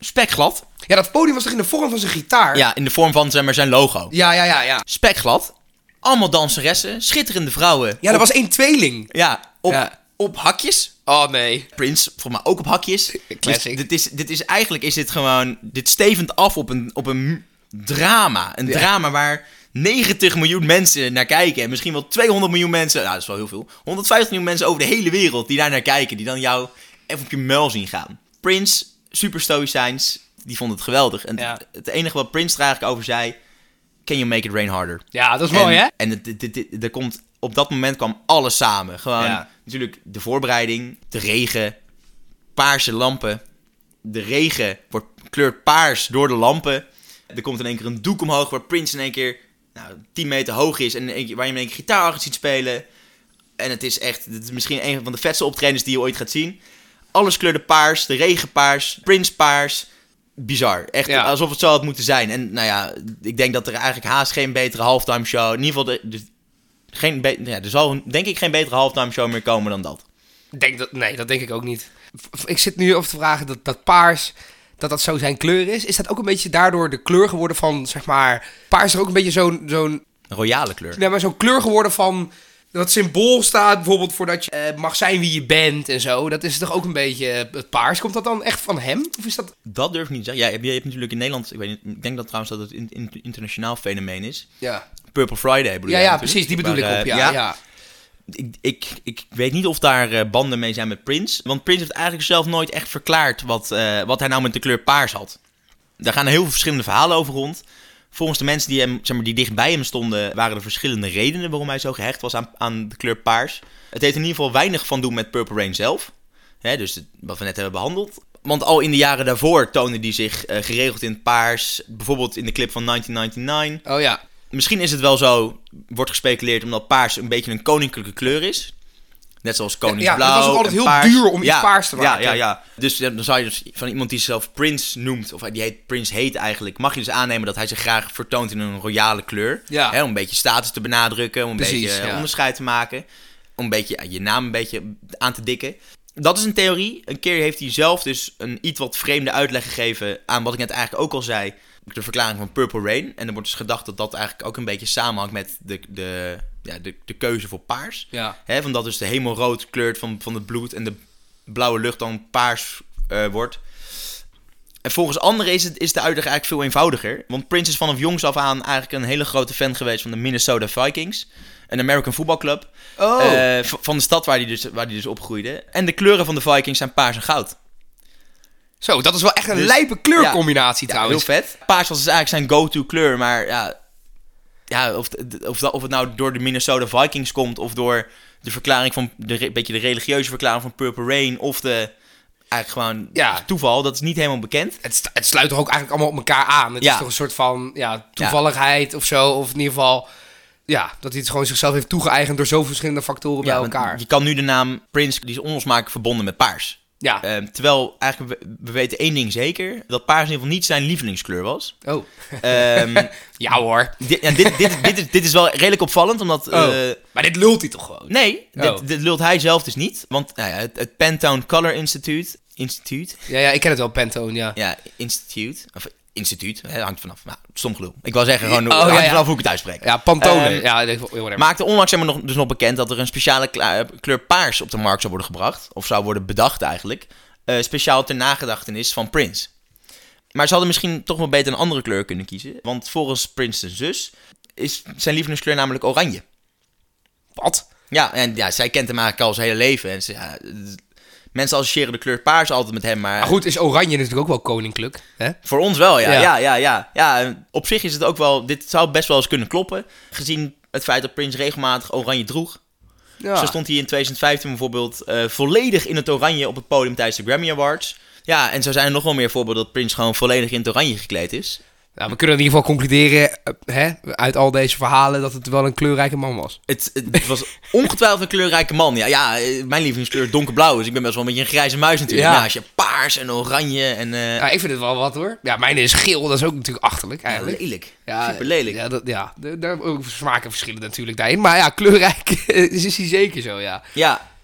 spekglad. Ja, dat podium was toch in de vorm van zijn gitaar? Ja, in de vorm van zeg maar, zijn logo. Ja, ja, ja, ja. Spekglad. Allemaal danseressen. Schitterende vrouwen. Ja, er was één tweeling. Ja, op, Ja. op hakjes. Oh, nee. Prince, volgens mij ook op hakjes. Classic. Dus dit is, dit is eigenlijk is dit gewoon... Dit stevend af op een, op een drama. Een Ja. drama waar negentig miljoen mensen naar kijken. En misschien wel tweehonderd miljoen mensen... Nou, dat is wel heel veel. honderdvijftig miljoen mensen over de hele wereld die daar naar kijken. Die dan jou even op je muil zien gaan. Prince, super stoïcijns. Die vond het geweldig. En Ja. het enige wat Prince er eigenlijk over zei... Can you make it rain harder? Ja, dat is mooi, en, hè? En het, het, het- het- er komt, op dat moment kwam alles samen. Gewoon Ja. natuurlijk de voorbereiding, de regen, paarse lampen. De regen wordt kleurt paars door de lampen. Er komt in één keer een doek omhoog waar Prince in één keer nou, tien meter hoog is. En in één keer, waar je hem in één keer gitaar achter ziet spelen. En het is echt, het is misschien een van de vetste optredens die je ooit gaat zien. Alles kleurde paars, de regen paars, Prince paars. Bizar. Echt Ja. alsof het zo had moeten zijn. En nou ja, ik denk dat er eigenlijk haast geen betere halftime show... In ieder geval, de, de, geen be- ja, er zal denk ik geen betere halftime show meer komen dan dat. Denk dat, nee, dat denk ik ook niet. V- Ik zit nu over te vragen dat, dat paars, dat dat zo zijn kleur is. Is dat ook een beetje daardoor de kleur geworden van, zeg maar... Paars is er ook een beetje zo'n... zo'n Een royale kleur. nee, maar zo'n kleur geworden van... Dat symbool staat bijvoorbeeld voor dat je eh, mag zijn wie je bent en zo. Dat is toch ook een beetje eh, het paars. Komt dat dan echt van hem? Of is dat... Dat durf ik niet te zeggen. Ja, je hebt, je hebt natuurlijk in Nederland... Ik, weet niet, ik denk dat trouwens dat het een in, internationaal fenomeen is. Ja, Purple Friday bedoel ja, jij ja natuurlijk. precies. Die bedoel Maar, ik op. eh, Ja, ja. Ik, ik, ik weet niet of daar eh, banden mee zijn met Prince. Want Prince heeft eigenlijk zelf nooit echt verklaard wat, eh, wat hij nou met de kleur paars had. Daar gaan heel veel verschillende verhalen over rond. Volgens de mensen die, hem, zeg maar, die dicht bij hem stonden, waren er verschillende redenen waarom hij zo gehecht was aan, aan de kleur paars. Het heeft in ieder geval weinig van doen met Purple Rain zelf. Hè, dus het- wat we net hebben behandeld. Want al in de jaren daarvoor toonde hij zich eh, geregeld in het paars. Bijvoorbeeld in de clip van negentien negenennegentig. Oh ja. Misschien is het wel zo, wordt gespeculeerd, omdat paars een beetje een koninklijke kleur is. Net zoals koningsblauw. Ja, het was ook altijd en heel paars. duur om iets Ja, paars te maken. Ja, ja, ja. Dus ja, dan zou je dus van iemand die zichzelf Prince noemt, of die heet Prince heet eigenlijk, mag je dus aannemen dat hij zich graag vertoont in een royale kleur. Ja. Hè, om een beetje status te benadrukken, om een Precies, beetje ja. onderscheid te maken. Om een beetje ja, je naam een beetje aan te dikken. Dat is een theorie. Een keer heeft hij zelf dus een iets wat vreemde uitleg gegeven aan wat ik net eigenlijk ook al zei. De verklaring van Purple Rain. En er wordt dus gedacht dat dat eigenlijk ook een beetje samenhangt met de, de, ja, de, de keuze voor paars. Ja. Hè, van dat dus de hemel rood kleurt van, van het bloed en de blauwe lucht dan paars eh, wordt. En volgens anderen is, het, is de uitleg eigenlijk veel eenvoudiger. Want Prince is vanaf jongs af aan eigenlijk een hele grote fan geweest van de Minnesota Vikings. Een American voetbalclub. Oh. Eh, v- van de stad waar hij dus, waar die dus opgroeide. En de kleuren van de Vikings zijn paars en goud. Zo, dat is wel echt een Dus- lijpe kleurcombinatie Ja, trouwens. heel vet. Paars was dus eigenlijk zijn go-to kleur. Maar ja, ja of, of, dat, of het nou door de Minnesota Vikings komt... of door de verklaring van... de re- beetje de religieuze verklaring van Purple Rain... of de... eigenlijk gewoon Ja. toeval. Dat is niet helemaal bekend. Het, st- het sluit toch ook eigenlijk allemaal op elkaar aan. Het Ja. is toch een soort van ja, toevalligheid of zo. Of in ieder geval, ja, dat hij het gewoon zichzelf heeft toegeëigend door zoveel verschillende factoren bij Ja, want elkaar. je kan nu de naam Prince... die is onlosmakelijk verbonden met paars. Ja. Ehm, terwijl eigenlijk we, we weten één ding zeker... dat paars in ieder geval niet zijn lievelingskleur was. Oh. Ehm, Ja hoor. dit, ja, dit, dit, dit, is, dit is wel redelijk opvallend, omdat... Oh. eh, Maar dit lult hij toch gewoon? nee, Oh. dit, dit lult hij zelf dus niet. Want nou ja, het, het Pantone Color Institute... Instituut? Ja, ja, ik ken het wel, Pantone, ja. Ja, instituut. Of instituut, hè, hangt vanaf. Nou, stom gelul. Ik wou zeggen gewoon... Oh, hangt ja, ja. vanaf hoe ik het uitspreek. Ja, Pantone. Ehm, ja, ik- whatever. Maakte onlangs zeg maar, nog, dus nog bekend dat er een speciale kla- kleur paars op de markt zou worden gebracht. Of zou worden bedacht eigenlijk. Eh, speciaal ter nagedachtenis van Prince. Maar ze hadden misschien toch wel beter een andere kleur kunnen kiezen. Want volgens Prince's zus is zijn lievelingskleur namelijk oranje. Wat? Ja, en ja, zij kent hem eigenlijk al zijn hele leven. En ze, ja, mensen associëren de kleur paars altijd met hem, maar... Maar goed, is oranje natuurlijk ook wel koninklijk, hè? Voor ons wel, ja. Ja. Ja, ja, ja. ja. Op zich is het ook wel... Dit zou best wel eens kunnen kloppen. Gezien het feit dat Prince regelmatig oranje droeg. Ja. Zo stond hij in twintig vijftien bijvoorbeeld uh, volledig in het oranje op het podium tijdens de Grammy Awards. Ja, en zo zijn er nog wel meer voorbeelden dat Prince gewoon volledig in het oranje gekleed is. Nou, we kunnen in ieder geval concluderen, uh, hè, uit al deze verhalen, dat het wel een kleurrijke man was. Het, het, het was ongetwijfeld een kleurrijke man. Ja, ja, mijn lievelingskleur is donkerblauw, dus ik ben best wel een beetje een grijze muis natuurlijk. Ja. Ja, als je paars en oranje en... Uh, Ja, ik vind het wel wat hoor. Ja, mijn is geel, dat is ook natuurlijk achterlijk eigenlijk. ja, lelijk. Ja, Super lelijk. Ja, dat, ja. daar ook smaken verschillen natuurlijk daarin. Maar ja, kleurrijk is, is hij zeker zo, ja. Ja,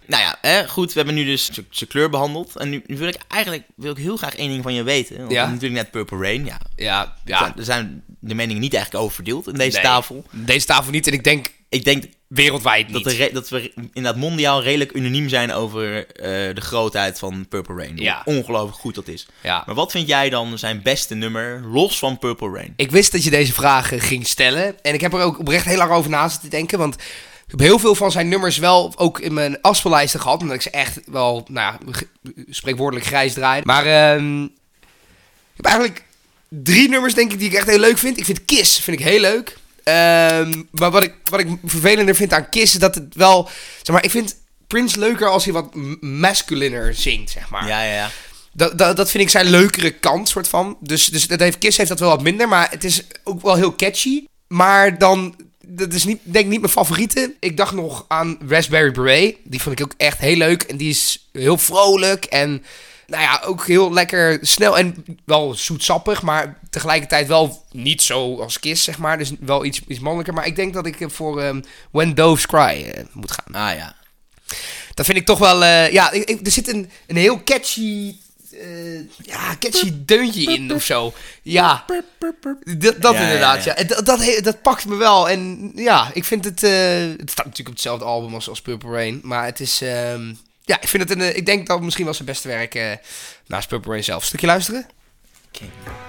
Nou ja, hè, goed, we hebben nu dus zijn kleur behandeld. En nu, nu wil ik eigenlijk wil ik heel graag één ding van je weten. Want Ja? natuurlijk net Purple Rain. Ja, Ja, ja. ja. Er zijn de meningen niet eigenlijk over verdeeld in deze Nee, tafel. Deze tafel niet en ik denk Ik denk wereldwijd niet. dat, de re- dat we inderdaad mondiaal redelijk unaniem zijn over uh, de grootheid van Purple Rain. Ja. Hoe ongelooflijk goed dat is. Ja. Maar wat vind jij dan zijn beste nummer, los van Purple Rain? Ik wist dat je deze vraag eh, ging stellen. En ik heb er ook oprecht heel lang over na zitten denken. Want ik heb heel veel van zijn nummers wel ook in mijn afspeellijsten gehad. Omdat ik ze echt wel, nou ja, g- spreekwoordelijk grijs draai. Maar ehm ik heb eigenlijk drie nummers denk ik die ik echt heel leuk vind. Ik vind Kiss vind ik heel leuk. Ehm, maar wat ik, wat ik vervelender vind aan Kiss is dat het wel... Zeg maar, ik vind Prince leuker als hij wat m- masculiner zingt, zeg maar. Ja, ja, ja. Dat, dat, dat vind ik zijn leukere kant, soort van. Dus, dus dat heeft, Kiss heeft dat wel wat minder, maar het is ook wel heel catchy. Maar dan, dat is niet, denk ik niet mijn favoriete. Ik dacht nog aan Raspberry Beret. Die vond ik ook echt heel leuk. En die is heel vrolijk en nou ja, ook heel lekker snel en wel zoetsappig. Maar tegelijkertijd wel niet zo als Kiss, zeg maar. Dus wel iets, iets mannelijker. Maar ik denk dat ik voor um, When Doves Cry uh, moet gaan. Ah ja. Dat vind ik toch wel... Uh, ja, ik, ik, er zit een, een heel catchy... Uh, ja, catchy deuntje in of zo. Ja, dat, dat Ja, inderdaad. ja, Ja, ja. Dat, dat, he- dat pakt me wel. En ja, ik vind het... Uh, het staat natuurlijk op hetzelfde album als, als Purple Rain. Maar het is... Um, ja, ik vind het een... Uh, ik denk dat het misschien wel zijn beste werk... Uh, naast Purple Rain zelf. Stukje luisteren? Oké.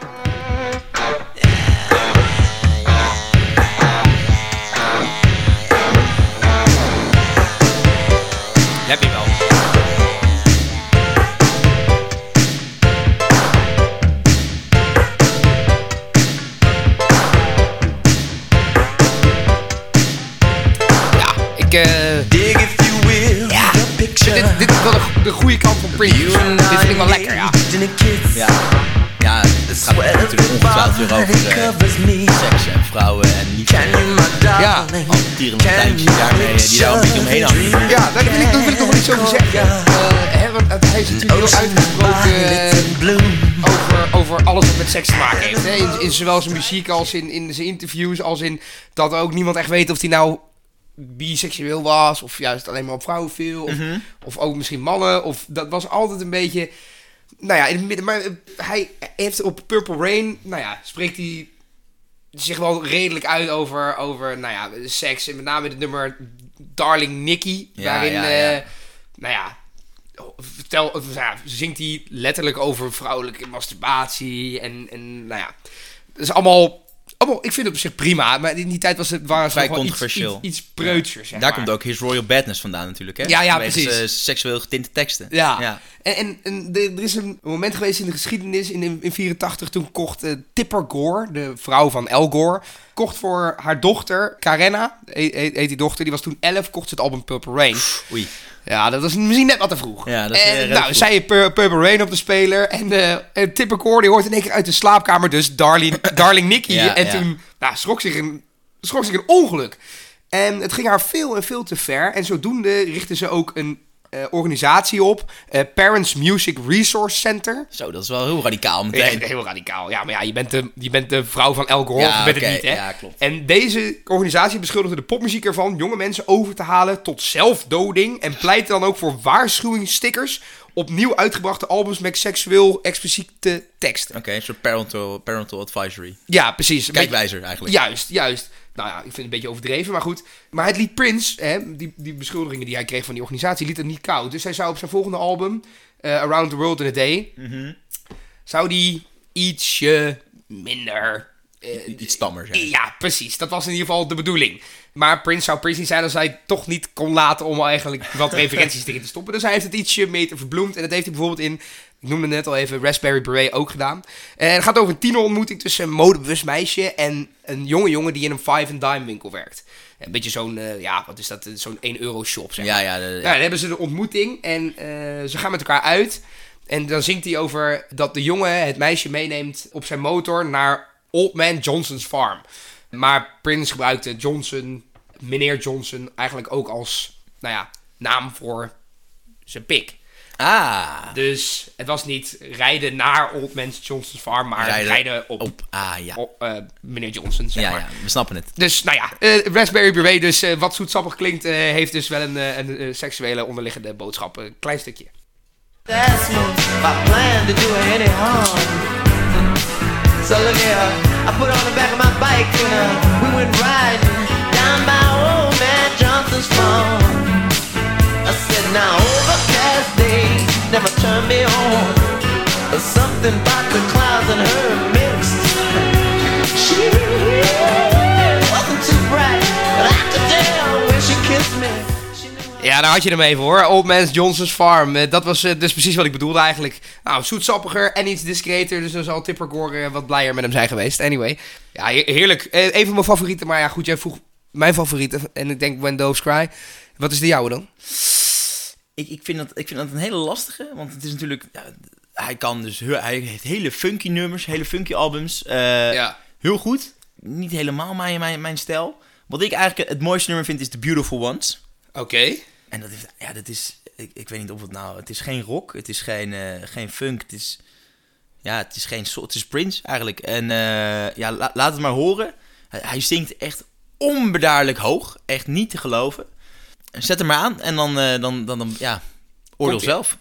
Heb je wel. Ja, ik... Uh, Dig if you will, Ja. the picture. dit, dit is wel de, de goede kant van Prince. You and Dit vind ik I wel lekker, ja. engaged in a kiss. Ja. Ja, het gaat Sweat of natuurlijk your ongetwijfeld weer body over uh, covers me. seks en vrouwen en niet Can you, my darling? al die tierende tijntjes daarmee, die daar een beetje omheen hangen. Ja, daar wil ik, daar wil ik nog wel iets over zeggen. Uh, hè, want hij is natuurlijk heel uitgesproken uh, over, over alles wat met seks te maken heeft. Hè? In, in zowel zijn muziek als in, in zijn interviews, als in dat ook niemand echt weet of hij nou biseksueel was, of juist alleen maar op vrouwen viel, of, Mhm. of ook misschien mannen. Of, dat was altijd een beetje... Nou ja, in het midden, maar uh, hij heeft op Purple Rain, nou ja, spreekt hij zich wel redelijk uit over, over nou ja, seks. En met name het nummer Darling Nikki. Ja, waarin, ja, ja. eh, nou ja, vertel, of, nou ja, zingt hij letterlijk over vrouwelijke masturbatie. En, en nou ja, dat is allemaal, allemaal, ik vind het op zich prima. Maar in die tijd was het, waren ze Vrij nog wel iets, controversieel. iets, iets preutsers, zeg Daar maar. komt ook His Royal Badness vandaan natuurlijk, hè? Ja, ja, Vanwege precies. zijn seksueel getinte teksten. Ja, Ja. en, en, en de- er is een moment geweest in de geschiedenis in in vierentachtig toen kocht uh, Tipper Gore, de vrouw van Al Gore, kocht voor haar dochter, Karenna, heet, heet die dochter, die was toen elf, kocht ze het album Purple Rain. Oei. Ja, dat was misschien net wat te vroeg. Ja, dat is, eh, en redelijk nou, vroeg. zij heeft Pur- Purple Rain op de speler en, uh, en Tipper Gore die hoort in één keer uit de slaapkamer dus Darling, Darling Nikki. Ja, en ja. toen nou, schrok, zich een, schrok zich een ongeluk. En het ging haar veel en veel te ver. En zodoende richtte ze ook een uh, organisatie op. Uh, Parents Music Resource Center. Zo, dat is wel heel radicaal Ja, meteen. heel radicaal. Ja, maar ja, je bent de, je bent de vrouw van Al Gore. Ja, of je bent oké, het niet, hè? ja, klopt. En deze organisatie beschuldigde de popmuziek ervan jonge mensen over te halen tot zelfdoding. En pleitte dan ook voor waarschuwingsstickers op nieuw uitgebrachte albums met seksueel expliciete teksten. Oké, een soort parental, parental advisory. Ja, precies. Een Kijkwijzer eigenlijk. Juist, juist. Nou ja, ik vind het een beetje overdreven, maar goed. Maar het liet Prince, hè, die, die beschuldigingen die hij kreeg van die organisatie, liet het niet koud. Dus hij zou op zijn volgende album, uh, Around the World in a Day, Mhm. zou die ietsje minder... uh, Iets stammer zijn. Ja, precies. Dat was in ieder geval de bedoeling. Maar Prince zou Prince niet zijn als hij toch niet kon laten om eigenlijk wat referenties erin te stoppen. Dus hij heeft het ietsje meer verbloemd. En dat heeft hij bijvoorbeeld in, ik noemde net al even, Raspberry Beret ook gedaan. En het gaat over een tienerontmoeting tussen een modebewust meisje en een jonge jongen die in een five and dime winkel werkt. Een beetje zo'n, uh, ja, wat is dat, zo'n één euro shop, zeg maar. Ja, ja. de- Nou, dan hebben ze de ontmoeting en uh, ze gaan met elkaar uit. En dan zingt hij over dat de jongen het meisje meeneemt op zijn motor naar Old Man Johnson's farm. Maar Prince gebruikte Johnson, meneer Johnson, eigenlijk ook als, nou ja, naam voor zijn pik. Ah. Dus het was niet rijden naar Old Man Johnson's Farm, maar rijden, rijden op, op ah, ja. op uh, meneer Johnson, zeg ja, maar. Ja, we snappen het. Dus, nou ja, uh, Raspberry Beret, dus uh, wat zoetsappig klinkt, uh, heeft dus wel een, uh, een uh, seksuele onderliggende boodschap. Een klein stukje. That's my plan to do her any harm. So look here, I put on the back of my bike and uh, we went riding down by Old Man Johnson's farm. I said, now overcast days never turn me on. There's something about the clouds and her mixed. She wasn't too bright, but I could tell when she kissed me. Ja, daar had je hem even hoor. Old Man Johnson's Farm. Uh, dat was uh, dus precies wat ik bedoelde eigenlijk. Nou, zoetsappiger en iets discreter. Dus dan zal Tipper Gore uh, wat blijer met hem zijn geweest. Anyway. Ja, he- heerlijk. Uh, een van mijn favorieten. Maar ja, goed, jij vroeg mijn favorieten. En ik denk When Doves Cry. Wat is de jouwe dan? Ik, ik, vind dat, ik vind dat een hele lastige. Want het is natuurlijk... Ja, hij kan dus... Heel, hij heeft hele funky nummers. Hele funky albums. Uh, Ja. Heel goed. Niet helemaal mijn, mijn, mijn stijl. Wat ik eigenlijk het mooiste nummer vind is The Beautiful Ones. Oké. Okay. En dat, heeft, ja, dat is... Ik, ik weet niet of het nou... Het is geen rock. Het is geen, uh, geen funk. Het is... Ja, het is geen... Het is Prince eigenlijk. En uh, ja, la, laat het maar horen. Hij, hij zingt echt onbedaarlijk hoog. Echt niet te geloven. Zet hem maar aan. En dan... Uh, dan, dan, dan ja... Oordeel zelf.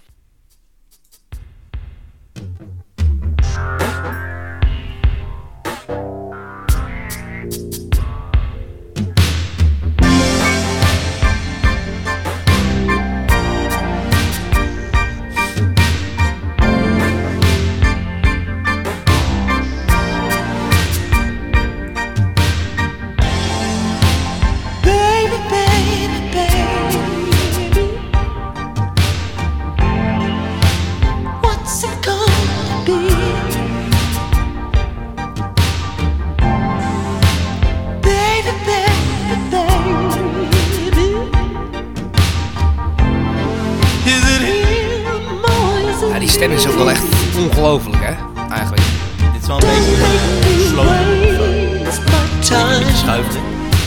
Die stem is ook wel echt ongelooflijk, hè? Eigenlijk. Dit is wel een beetje slow. Een beetje schuiven.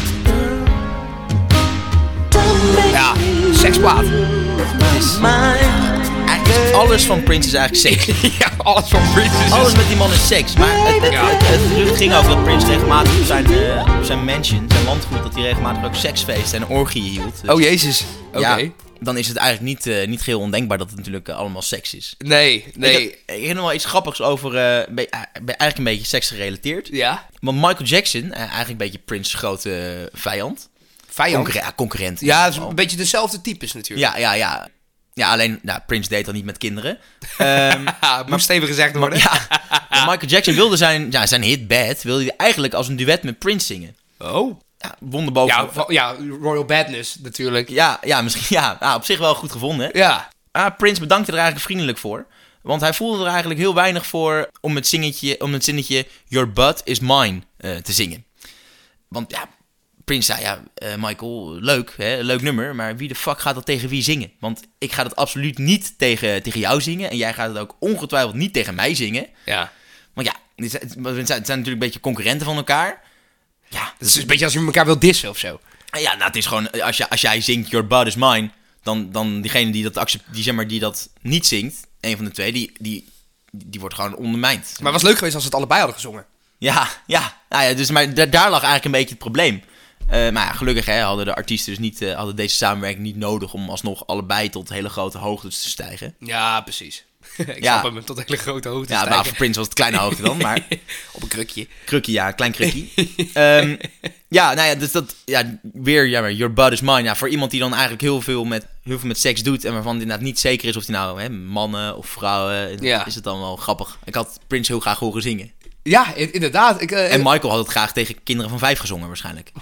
Ja, seksplaat. Het is eigenlijk alles van Prince is eigenlijk seks. Ja, alles van Prince is Alles met die man is seks. Maar het, het, Ja. het, het gerucht ging over dat Prince regelmatig op zijn, uh, op zijn mansion, zijn landgoed, dat hij regelmatig ook seksfeesten en orgieën hield. Dus, Oh jezus. Oké. ja, dan is het eigenlijk niet, uh, niet geheel ondenkbaar dat het natuurlijk uh, allemaal seks is. Nee, nee. Ik heb, ik heb nog wel iets grappigs over, uh, be, uh, eigenlijk een beetje seks gerelateerd. Ja? Want Michael Jackson, uh, eigenlijk een beetje Prince's grote uh, vijand. Vijand? Concurre- ja, concurrent. Ja, het is een beetje dezelfde types natuurlijk. Ja, ja, ja. Ja, alleen, nou, Prince deed dat niet met kinderen. Um, Ja, moest even gezegd worden. ja, maar Michael Jackson wilde zijn, ja, zijn hit Bad, wilde hij eigenlijk als een duet met Prince zingen. Oh. Ja, wonderboven. Ja, va- ja, Royal Badness natuurlijk. Ja, ja, misschien, ja, nou, op zich wel goed gevonden. Ja. Ah, Prince bedankte er eigenlijk vriendelijk voor. Want hij voelde er eigenlijk heel weinig voor om het, zingetje, om het zinnetje Your butt is mine uh, te zingen. Want ja, Prince zei, ja, uh, Michael, leuk, hè, leuk nummer, maar wie de fuck gaat dat tegen wie zingen? Want ik ga dat absoluut niet tegen, tegen jou zingen en jij gaat het ook ongetwijfeld niet tegen mij zingen. Ja. Want ja, het zijn, het zijn natuurlijk een beetje concurrenten van elkaar. Ja, Het is een beetje als je elkaar wil dissen of zo. ja, nou, het is gewoon, als, je, als jij zingt Your butt is mine, dan, dan diegene die dat, accept, die, zeg maar, die dat niet zingt, een van de twee, die, die, die wordt gewoon ondermijnd. Maar het was leuk geweest als ze het allebei hadden gezongen. Ja, ja, nou ja, dus, maar da- daar lag eigenlijk een beetje het probleem. Uh, maar ja, gelukkig hè, hadden de artiesten dus niet, uh, hadden deze samenwerking niet nodig om alsnog allebei tot hele grote hoogtes te stijgen. Ja, precies. Ik Ja. snap hem tot hele grote hoogte Ja, maar stijgen. voor Prince was het kleine hoogte dan, maar Op een krukje. krukkie, ja, klein krukkie. um, ja, nou ja, dus dat, ja, weer, ja, maar Your butt is mine. Ja, voor iemand die dan eigenlijk heel veel met, heel veel met seks doet en waarvan het inderdaad niet zeker is of hij nou, hè, mannen of vrouwen, Ja. is het dan wel grappig. Ik had Prince heel graag horen zingen. Ja, i- inderdaad. Ik, uh, En Michael had het graag tegen kinderen van vijf gezongen waarschijnlijk.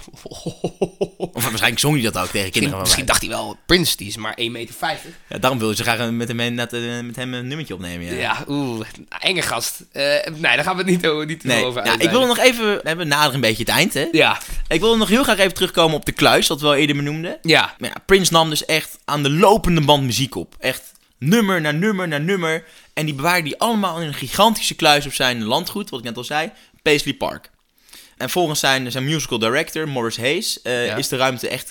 Of waarschijnlijk zong hij dat ook tegen kinderen van misschien vijf. dacht hij wel, Prince, die is maar één meter vijftig. Ja, daarom wilde ze graag met hem, met, met hem een nummertje opnemen. Ja, Ja, oeh, enge gast. Uh, nee, daar gaan we het niet, o- niet te Nee, veel over ja, ik uitweiden. wil nog even, we naderen een beetje het eind hè. Ja, Ik wil nog heel graag even terugkomen op de kluis, wat we al eerder benoemden. ja. Maar ja, Prince nam dus echt aan de lopende band muziek op. Echt nummer na nummer na nummer. En die bewaarde die allemaal in een gigantische kluis op zijn landgoed, wat ik net al zei, Paisley Park. En volgens zijn, zijn musical director, Morris Hayes, uh, Ja. is de ruimte echt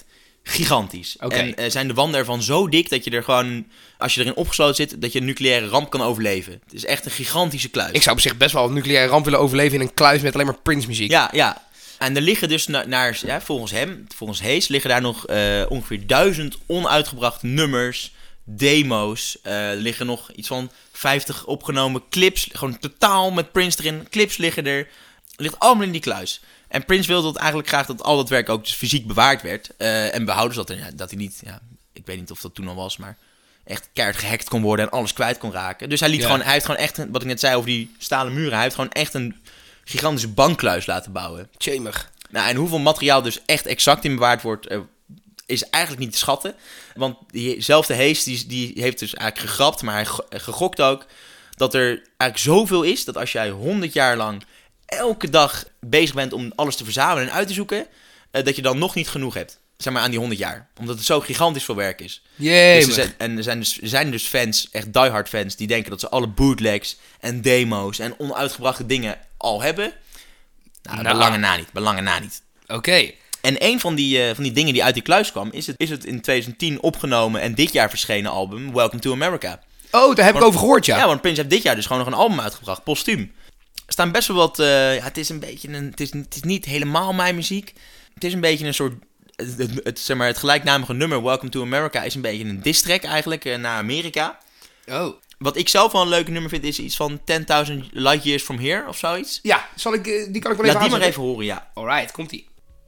gigantisch. Okay. En uh, zijn de wanden ervan zo dik dat je er gewoon, als je erin opgesloten zit, dat je een nucleaire ramp kan overleven. Het is echt een gigantische kluis. Ik zou op zich best wel een nucleaire ramp willen overleven in een kluis met alleen maar Prince muziek. Ja, ja. En er liggen dus na, naar, ja, volgens hem, volgens Hayes, liggen daar nog uh, ongeveer duizend onuitgebrachte nummers, demo's. Uh, er liggen nog iets van vijftig opgenomen clips, gewoon totaal met Prince erin. Clips liggen er. Het ligt allemaal in die kluis. En Prince wilde dat eigenlijk graag dat al dat werk ook dus fysiek bewaard werd. Uh, en behouden zodat er, ja, dat hij niet, ja, ik weet niet of dat toen al was, maar echt keihard gehackt kon worden en alles kwijt kon raken. Dus hij liet Ja. gewoon, hij heeft gewoon echt, een, wat ik net zei over die stalen muren, hij heeft gewoon echt een gigantische bankkluis laten bouwen. Tjemig. Nou, en hoeveel materiaal dus echt exact in bewaard wordt, uh, is eigenlijk niet te schatten. Want diezelfde Hayes, die, die heeft dus eigenlijk gegrapt, maar hij go- gegokt ook, dat er eigenlijk zoveel is, dat als jij honderd jaar lang elke dag bezig bent om alles te verzamelen en uit te zoeken, uh, dat je dan nog niet genoeg hebt. Zeg maar aan die honderd jaar. Omdat het zo gigantisch veel werk is. Jee, Dus er zijn, en er zijn, dus, er zijn dus fans, echt diehard fans, die denken dat ze alle bootlegs en demo's en onuitgebrachte dingen al hebben. Nou, Nou. belangen na niet, belangen na niet. Oké. En een van die, uh, van die dingen die uit die kluis kwam, is het, is het in twintig tien opgenomen en dit jaar verschenen album Welcome to America. Oh, daar heb ik Maar- over gehoord, ja. Ja, want Prince heeft dit jaar dus gewoon nog een album uitgebracht, postuum. Er staan best wel wat, uh, ja, het is een beetje een, het is, het is niet helemaal mijn muziek. Het is een beetje een soort, het, het, het, zeg maar, het gelijknamige nummer Welcome to America is een beetje een diss track eigenlijk uh, naar Amerika. Oh. Wat ik zelf wel een leuke nummer vind, is iets van tenduizend Light Years From Here of zoiets. Ja, zal ik, eh, die kan ik wel Laat even die maar aanzetten? even horen, ja. Alright, komt-ie.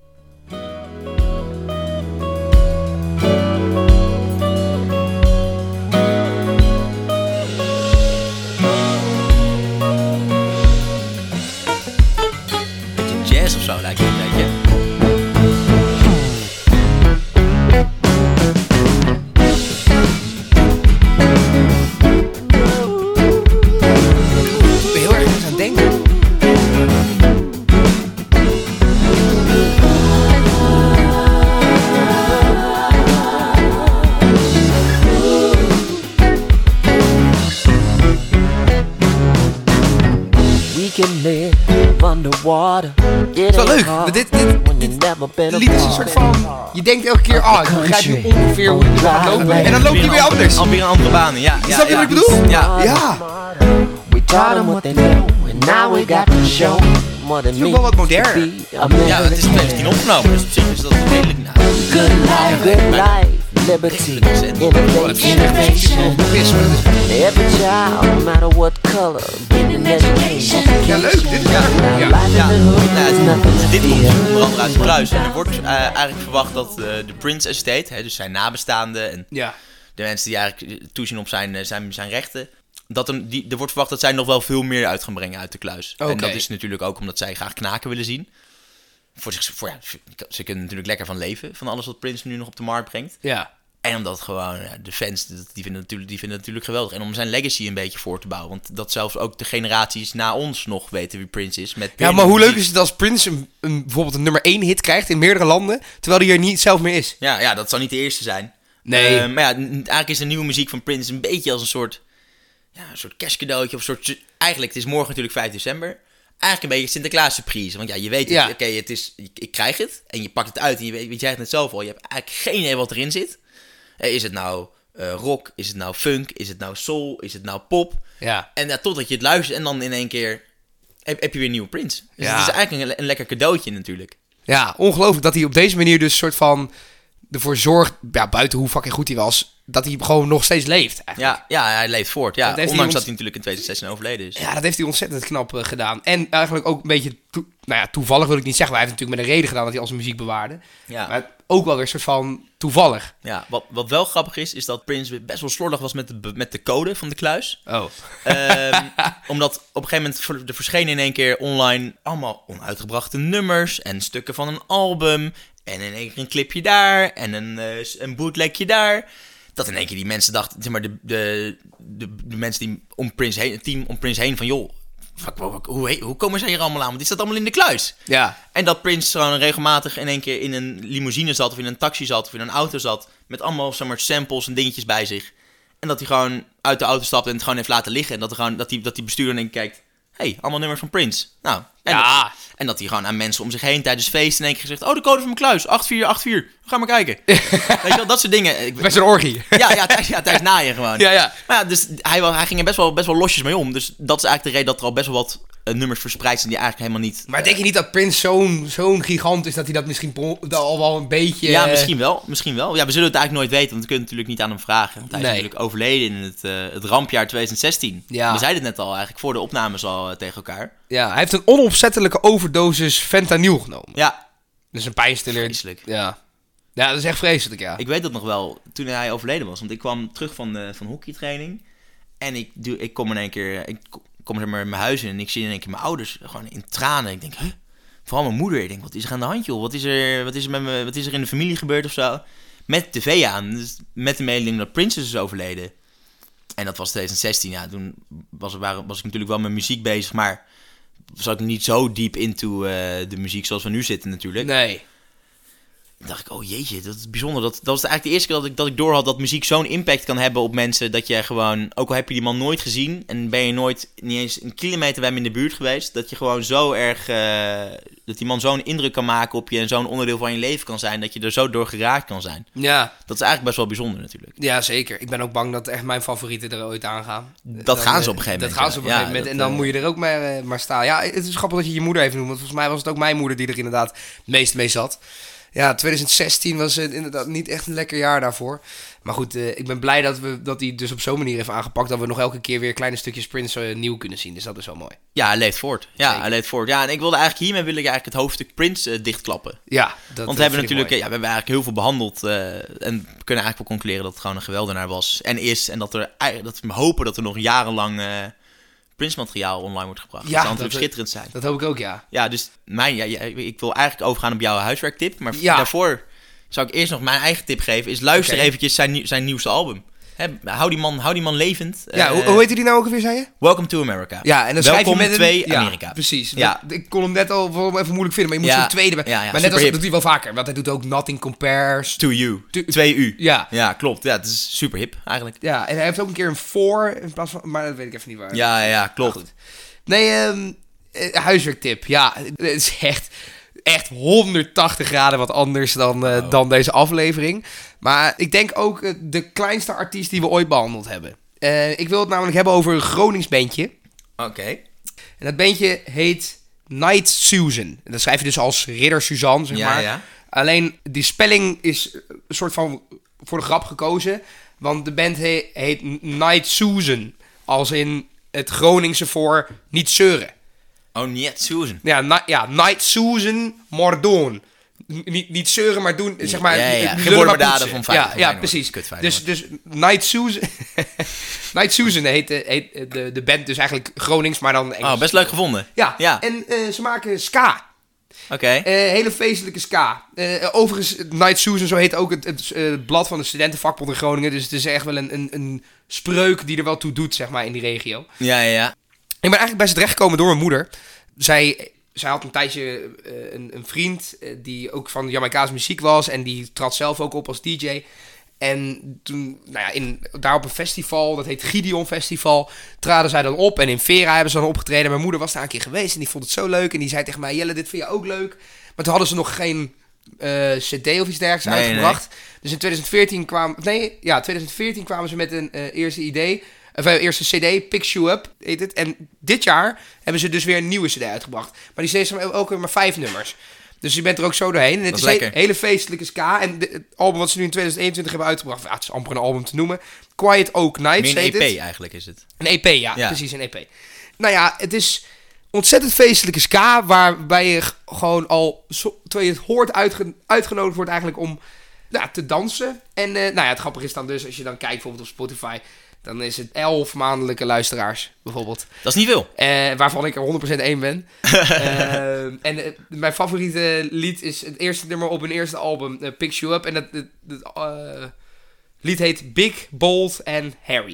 Beetje jazz of zo lijkt het een beetje. Ik ben heel erg aan het denken. We can live underwater. It is wel ain't leuk. hard Dit- dit- when dit you never been Het lied is een soort van... Je denkt elke keer, ah, ik begrijp nu ongeveer hoe het gaat lopen. En dan loopt hij weer anders. Alweer een andere banen, ja. ja Snap je ja. wat ik bedoel? Ja. Ja. We taught them what they know, and now we got to show what it is ook means wel wat to modern. be a Ja, het is in twintig tien opgenomen, dus op zich is dat redelijk... Nou, good life, good life, liberty, innovation, innovation. Vis, maar dat is- Every child, no matter what color, get an education. Ja, leuk. Dit, ja. Now Ja. life Ja, in the hood nou, is het- nothing to dit komt fear. onder andere uit de kluis. En er wordt uh, eigenlijk verwacht dat uh, de Prince Estate, hè, dus zijn nabestaanden en Ja. de mensen die eigenlijk toezien op zijn, uh, zijn, zijn rechten, dat er, die, er wordt verwacht dat zij nog wel veel meer uit gaan brengen uit de kluis. Oké. En dat is natuurlijk ook omdat zij graag knaken willen zien. Voor zich, voor, ja, ze kunnen natuurlijk lekker van leven, van alles wat Prince nu nog op de markt brengt. Ja. En omdat gewoon ja, de fans, die vinden, natuurlijk, die vinden het natuurlijk geweldig. En om zijn legacy een beetje voor te bouwen. Want dat zelfs ook de generaties na ons nog weten wie Prince is. Met Ja, maar hoe leuk is het als Prince een, een, bijvoorbeeld een nummer één hit krijgt in meerdere landen, terwijl hij er niet zelf meer is? Ja, ja, dat zal niet de eerste zijn. Nee. Uh, maar ja, n- eigenlijk is de nieuwe muziek van Prince een beetje als een soort, ja, een soort kerstcadeautje. Of een soort, eigenlijk, het is morgen natuurlijk vijf december. Eigenlijk een beetje Sinterklaas surprise. Want ja, je weet, Ja. het, oké, het is, ik, ik krijg het. En je pakt het uit en je weet, weet jij het net zelf al. Je hebt eigenlijk geen idee wat erin zit. Eh, Is het nou uh, rock? Is het nou funk? Is het nou soul? Is het nou pop? Ja. En ja, totdat je het luistert en dan in één keer heb, heb je weer een nieuwe Prince. Dus Ja. het is eigenlijk een, le- een lekker cadeautje natuurlijk. Ja, ongelooflijk dat hij op deze manier dus soort van ervoor zorgt, ja, buiten hoe fucking goed hij was, dat hij gewoon nog steeds leeft. Eigenlijk. Ja, ja, hij leeft voort. Ja, Dat heeft ondanks hij dat hij natuurlijk in twintig zestien overleden is. Ja, dat heeft hij ontzettend knap uh, gedaan. En eigenlijk ook een beetje, toe- nou ja, toevallig wil ik niet zeggen, maar hij heeft natuurlijk met een reden gedaan dat hij al zijn muziek bewaarde. Ja. Maar ook wel weer een soort van toevallig. Ja, wat, wat wel grappig is, is dat Prince best wel slordig was met de, be- met de code van de kluis. Oh. Ehm, omdat op een gegeven moment ver- er verschenen in één keer online allemaal onuitgebrachte nummers en stukken van een album. En in één keer een clipje daar en een, eh, een bootlegje daar. Dat in één keer die mensen dachten, zeg maar, de, de, de, de mensen die om Prince heen, het team om Prince heen van, joh, fuck, hoe, hoe, hoe komen zij hier allemaal aan? Want die staat allemaal in de kluis. Ja. En dat Prince gewoon regelmatig in één keer in een limousine zat, of in een taxi zat, of in een auto zat, met allemaal, zeg maar, samples en dingetjes bij zich. En dat hij gewoon uit de auto stapt en het gewoon heeft laten liggen. En dat, er gewoon, dat, die, dat die bestuurder in één keer kijkt, hey, allemaal nummers van Prince. Nou, en, Ja. dat, en dat hij gewoon aan mensen om zich heen tijdens feesten in één keer gezegd... Oh, de code van mijn kluis, acht vier acht vier. Ga maar kijken. Weet je wel, dat soort dingen. Ik, Best een orgie. ja, ja, tijdens, ja, tijdens naaien gewoon. Ja, ja. Maar ja, dus hij, wa- hij ging er best wel, best wel losjes mee om. Dus dat is eigenlijk de reden dat er al best wel wat uh, nummers verspreid zijn die eigenlijk helemaal niet... Maar denk je niet dat Prince zo'n zo'n gigant is dat hij dat misschien pro- dat al wel een beetje... Ja, misschien wel. Misschien wel. Ja, we zullen het eigenlijk nooit weten, want we kunnen het natuurlijk niet aan hem vragen. Want hij is Nee. natuurlijk overleden in het, uh, het rampjaar twintig zestien. Ja. We zeiden het net al eigenlijk voor de opnames al uh, tegen elkaar. Ja, hij heeft een onopzettelijke overdosis fentanyl genomen. Ja, Dus een pijnstiller. vreselijk. Ja. Ja, dat is echt vreselijk, ja. Ik weet dat nog wel, toen hij overleden was. Want ik kwam terug van, uh, van hockeytraining. En ik, doe, ik kom in één keer, ik kom er maar in mijn huis in en ik zie in één keer mijn ouders gewoon in tranen. Ik denk, huh? Vooral mijn moeder. Ik denk, wat is er aan de hand, joh? Wat is er, wat is er, met me, wat is er in de familie gebeurd of zo? Met tv aan. Dus met de mededeling dat Prince is overleden. En dat was twintig zestien. Ja, toen was, waren, was ik natuurlijk wel met muziek bezig, maar zat ik niet zo diep into uh, de muziek zoals we nu zitten natuurlijk. Nee. Dan dacht ik, oh jeetje, dat is bijzonder. Dat, dat was eigenlijk de eerste keer dat ik, dat ik doorhad dat muziek zo'n impact kan hebben op mensen. Dat je gewoon, ook al heb je die man nooit gezien en ben je nooit niet eens een kilometer bij hem in de buurt geweest. Dat je gewoon zo erg, uh, dat die man zo'n indruk kan maken op je en zo'n onderdeel van je leven kan zijn. Dat je er zo door geraakt kan zijn. Ja. Dat is eigenlijk best wel bijzonder natuurlijk. Ja, zeker. Ik ben ook bang dat echt mijn favorieten er ooit aan gaan. Dat Dan, gaan ze eh, op een gegeven moment. Dat gaan ze op een ja. gegeven moment. Ja, En dat, dan uh, moet je er ook maar, uh, maar staan. Ja, het is grappig dat je je moeder even noemt. Want volgens mij was het ook mijn moeder die er inderdaad het meest mee zat. Ja, twintig zestien was het inderdaad niet echt een lekker jaar daarvoor. Maar goed, uh, ik ben blij dat we dat hij dus op zo'n manier heeft aangepakt. Dat we nog elke keer weer kleine stukjes Prince uh, nieuw kunnen zien. Dus dat is wel mooi. Ja, hij leeft voort. Ja, Zeker. hij leeft voort. Ja, en ik wilde eigenlijk hiermee wil ik eigenlijk het hoofdstuk Prince uh, dichtklappen. Ja, dat Want we hebben vind ik natuurlijk, mooi. ja, we hebben eigenlijk heel veel behandeld. Uh, en we kunnen eigenlijk wel concluderen dat het gewoon een geweldenaar was. En is. En dat, er, dat we hopen dat er nog jarenlang uh, Prince-materiaal online wordt gebracht. Ja, dat zou natuurlijk dat- schitterend zijn. Dat hoop ik ook, ja. Ja, dus mijn, ja, ja, ik wil eigenlijk overgaan op jouw huiswerktip. Maar Ja. daarvoor zou ik eerst nog mijn eigen tip geven. Is luister Oké. eventjes zijn, nieuw- zijn nieuwste album. Hè, hou, die man, hou die man levend. Ja, Uh, hoe, hoe heet die nou ook alweer, zei je? Welcome to America. Ja, en dan schrijf je Welkom met een... twee ja, Amerika. precies. Ja. Dat- ik kon hem net al wel even moeilijk vinden, maar je moet Ja. zo'n tweede... bij- Ja, ja, maar net als superhip. dat doet hij wel vaker, want hij doet ook Nothing Compares. To you. To- Twee U. Ja. Ja, klopt. Ja, het is super hip eigenlijk. Ja, en hij heeft ook een keer een voor in plaats van... Maar dat weet ik even niet waar. Ja, ja, ja, klopt. Maar goed. Nee, ehm eh, huiswerktip. Ja, het is echt, echt honderdtachtig graden wat anders dan, eh, dan deze aflevering. Maar ik denk ook eh, de kleinste artiest die we ooit behandeld hebben. Eh, ik wil het namelijk hebben over een Gronings bandje. Oké. En dat bandje heet Night Susan. En dat schrijf je dus als Ridder Suzanne, zeg Ja, maar. ja. Alleen die spelling is een soort van voor de grap gekozen. Want de band he- heet Night Susan. Als in het Groningse voor niet zeuren. Oh, niet Susan. Ja, na- ja Night Susan Mordon. N- Niet, niet zeuren, maar doen, zeg maar... Ja, ja, ja. die Geen zullen woorden maar maar daden poetsen. van Feyenoord, Ja, van ja Feyenoord. precies. Kut Feyenoord. Dus, dus Night Susan... Night Susan heet, de- heet de, de band dus eigenlijk Gronings, maar dan Engels. Oh, best leuk gevonden. Ja, Ja. en eh, ze maken ska. Oké. Eh, hele feestelijke ska. Eh, overigens, Night Susan, zo heet ook het, het, eh, het blad van de studentenvakbond in Groningen. Dus het is echt wel een, een, een spreuk die er wel toe doet, zeg maar, in die regio. Ja, ja, ja. Ik ben eigenlijk bij ze terechtgekomen door mijn moeder. Zij, zij had een tijdje eh, een, een vriend eh, die ook van Jamaicaanse muziek was. En die trad zelf ook op als D J. En toen, nou ja, in, daar op een festival, dat heet Gideon Festival, traden zij dan op. En in Vera hebben ze dan opgetreden. Mijn moeder was daar een keer geweest en die vond het zo leuk. En die zei tegen mij, Jelle, dit vind je ook leuk? Maar toen hadden ze nog geen eh, cd of iets dergelijks Nee, uitgebracht. Dus in twintig veertien kwamen, nee, ja, twintig veertien kwamen ze met een eh, eerste idee. Of uh, eerste cd, Picks You Up heet het. En dit jaar hebben ze dus weer een nieuwe cd uitgebracht. Maar die cd hebben ook weer maar vijf nummers. Dus je bent er ook zo doorheen. En het Dat is is een lekker. hele feestelijke ska. En de- het album wat ze nu in twintig eenentwintig hebben uitgebracht, ja, het is amper een album te noemen. Quiet Oak Nights Meer een heet E P het. eigenlijk is het. Een E P, ja, Ja. precies, een E P. Nou ja, het is ontzettend feestelijke ska, waarbij je g- gewoon al, zo, terwijl je het hoort, uitge- uitgenodigd wordt eigenlijk om ja, te dansen. En eh, nou ja, het grappige is dan dus, als je dan kijkt bijvoorbeeld op Spotify, dan is het elf maandelijke luisteraars, bijvoorbeeld. Dat is niet veel. Eh, waarvan ik er honderd procent één ben. Eh, en eh, mijn favoriete lied is het eerste nummer op hun eerste album, uh, Picks You Up. En dat, dat, dat, eh, lied heet Big, Bold and Harry.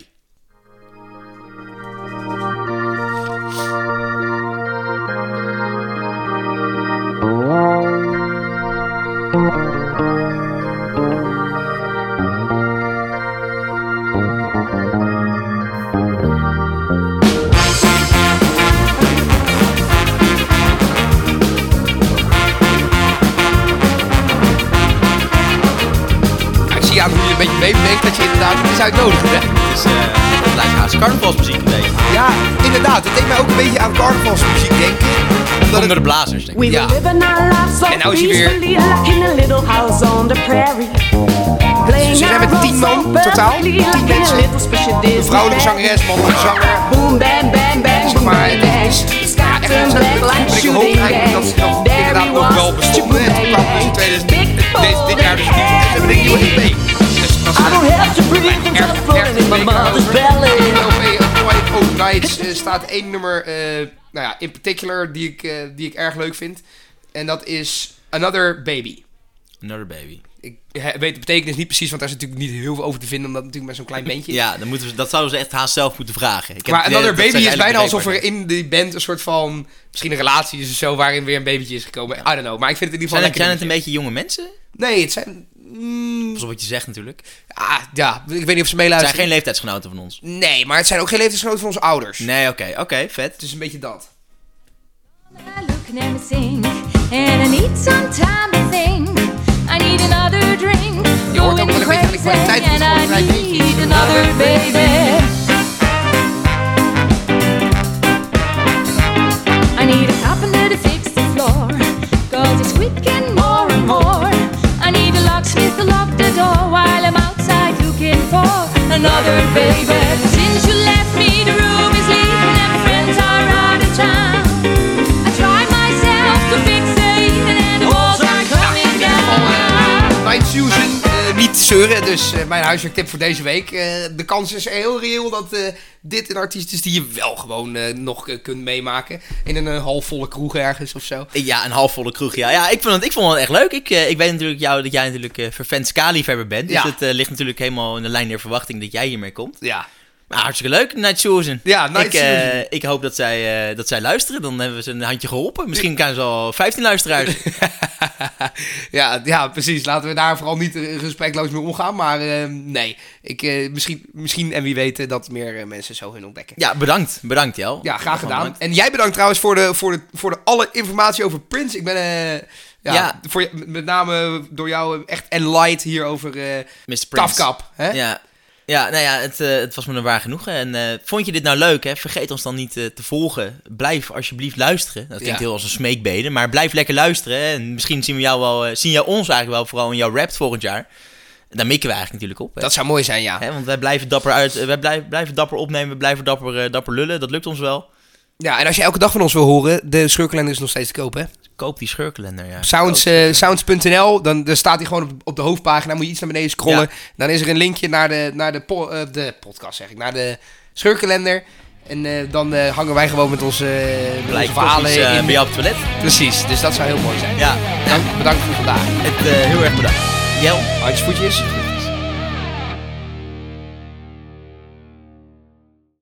je aan hoe je een beetje baby denkt, dat je inderdaad het is uitnodigt. Hè? Dus uh, het lijkt haast carnavalsmuziek een beetje. Ja, inderdaad. Het deed mij ook een beetje aan carnavalsmuziek denken. Omdat Komt het... door de blazers, denk ik. Ja. En nou is hij weer... Ze zijn met tien man totaal. Tien mensen. Een vrouwelijke zangeres, mannelijke zanger. Zeg maar, het is... Ja, echt een zanger. Ik hoop eigenlijk dat ze dat inderdaad nog wel bestonden. En toen kwam dus in tweeduizend deze, dit jaar dus niet. En ze hebben een nieuwe E P. Dus dat is een erg Old Nights uh, staat één nummer, uh, nou ja, in particular, die ik, uh, die ik erg leuk vind. En dat is Another Baby. Another Baby. Ik weet de betekenis niet precies, want daar is natuurlijk niet heel veel over te vinden, omdat het natuurlijk maar zo'n klein bandje is. Ja, dan moeten we, dat zouden ze echt haast zelf moeten vragen. Ik heb, maar Another uh, Baby is bijna alsof er in die band een soort van, misschien een relatie is of zo, waarin weer een babytje is gekomen. I don't know, maar ik vind het in ieder geval zijn het, lekker. Zijn het een beetje jonge mensen? Nee, het zijn... Mm, Pas op wat je zegt natuurlijk. Ah, ja, ik weet niet of ze meeluisteren. Het zijn geen leeftijdsgenoten van ons. Nee, maar het zijn ook geen leeftijdsgenoten van onze ouders. Nee, oké, okay, oké, okay, vet. Het is een beetje dat. Look and sing, and I need some time to think. I need another drink. Je hoort ook wel een beetje aan de kwaliteit van het gewoon vrij beetje. Another baby. I need a carpenter to fix the floor, cause it's squeaking more and more. I need a locksmith to lock the door while I'm outside looking for another baby. Since you left me, the room is leaking and my friends are out of town. I tried myself to fix it and the walls are coming down. Night Susan, uh, niet zeuren, dus uh, mijn huiswerktip voor deze week. Uh, de kans is heel reëel dat uh, dit een artiest is die je wel gewoon uh, nog uh, kunt meemaken. In een uh, halfvolle kroeg ergens of zo. Ja, een halfvolle kroeg, ja. Ja, ik vond het, ik vond het echt leuk. Ik, uh, ik weet natuurlijk jou, dat jij natuurlijk uh, vervent ska-liefhebber bent. Dus ja. het uh, ligt natuurlijk helemaal in de lijn der verwachting dat jij hiermee komt. Ja. Maar hartstikke leuk, Night Susan. Ja, Night ik, Susan. Uh, ik hoop dat zij, uh, dat zij luisteren. Dan hebben we ze een handje geholpen. Misschien kan ze al vijftien luisteraars. ja, ja, precies. Laten we daar vooral niet respectloos mee omgaan. Maar uh, nee, ik, uh, misschien, misschien en wie weet uh, dat meer uh, mensen zo hun ontdekken. Ja, bedankt. Bedankt, Jel. Ja, graag gedaan. Bedankt. En jij bedankt trouwens voor de, voor de, voor de alle informatie over Prince. Ik ben... Uh, Ja, ja. Voor, met name door jou echt enlight hier over uh, mister Prince. Kafkap. Hè? Ja. Ja, nou ja, het, uh, het was me een waar genoegen. En uh, vond je dit nou leuk, hè? Vergeet ons dan niet uh, te volgen. Blijf alsjeblieft luisteren. Dat klinkt ja. heel als een smeekbede, maar blijf lekker luisteren. Hè? En misschien zien we jou wel, uh, zien jou ons eigenlijk wel vooral in jouw rap volgend jaar. Daar mikken we eigenlijk natuurlijk op. Hè? Dat zou mooi zijn, ja. Hè? Want wij blijven dapper uit, uh, wij blijven, blijven dapper opnemen, we blijven dapper, uh, dapper lullen. Dat lukt ons wel. Ja, en als je elke dag van ons wil horen, de scheurkalender is nog steeds te koop, hè? Koop die scheurkalender, ja. Sounds, uh, sounds punt n l, dan, dan staat hij gewoon op, op de hoofdpagina. Moet je iets naar beneden scrollen. Ja. Dan is er een linkje naar de, naar de, po- uh, de podcast, zeg ik. Naar de scheurkalender. En uh, dan uh, hangen wij gewoon met onze, uh, onze verhalen uh, in. bij jou op het toilet. Precies, dus dat zou heel mooi zijn. Ja. Bedankt, bedankt voor vandaag. Het, uh, heel erg bedankt. Jel. Handjes, voetjes.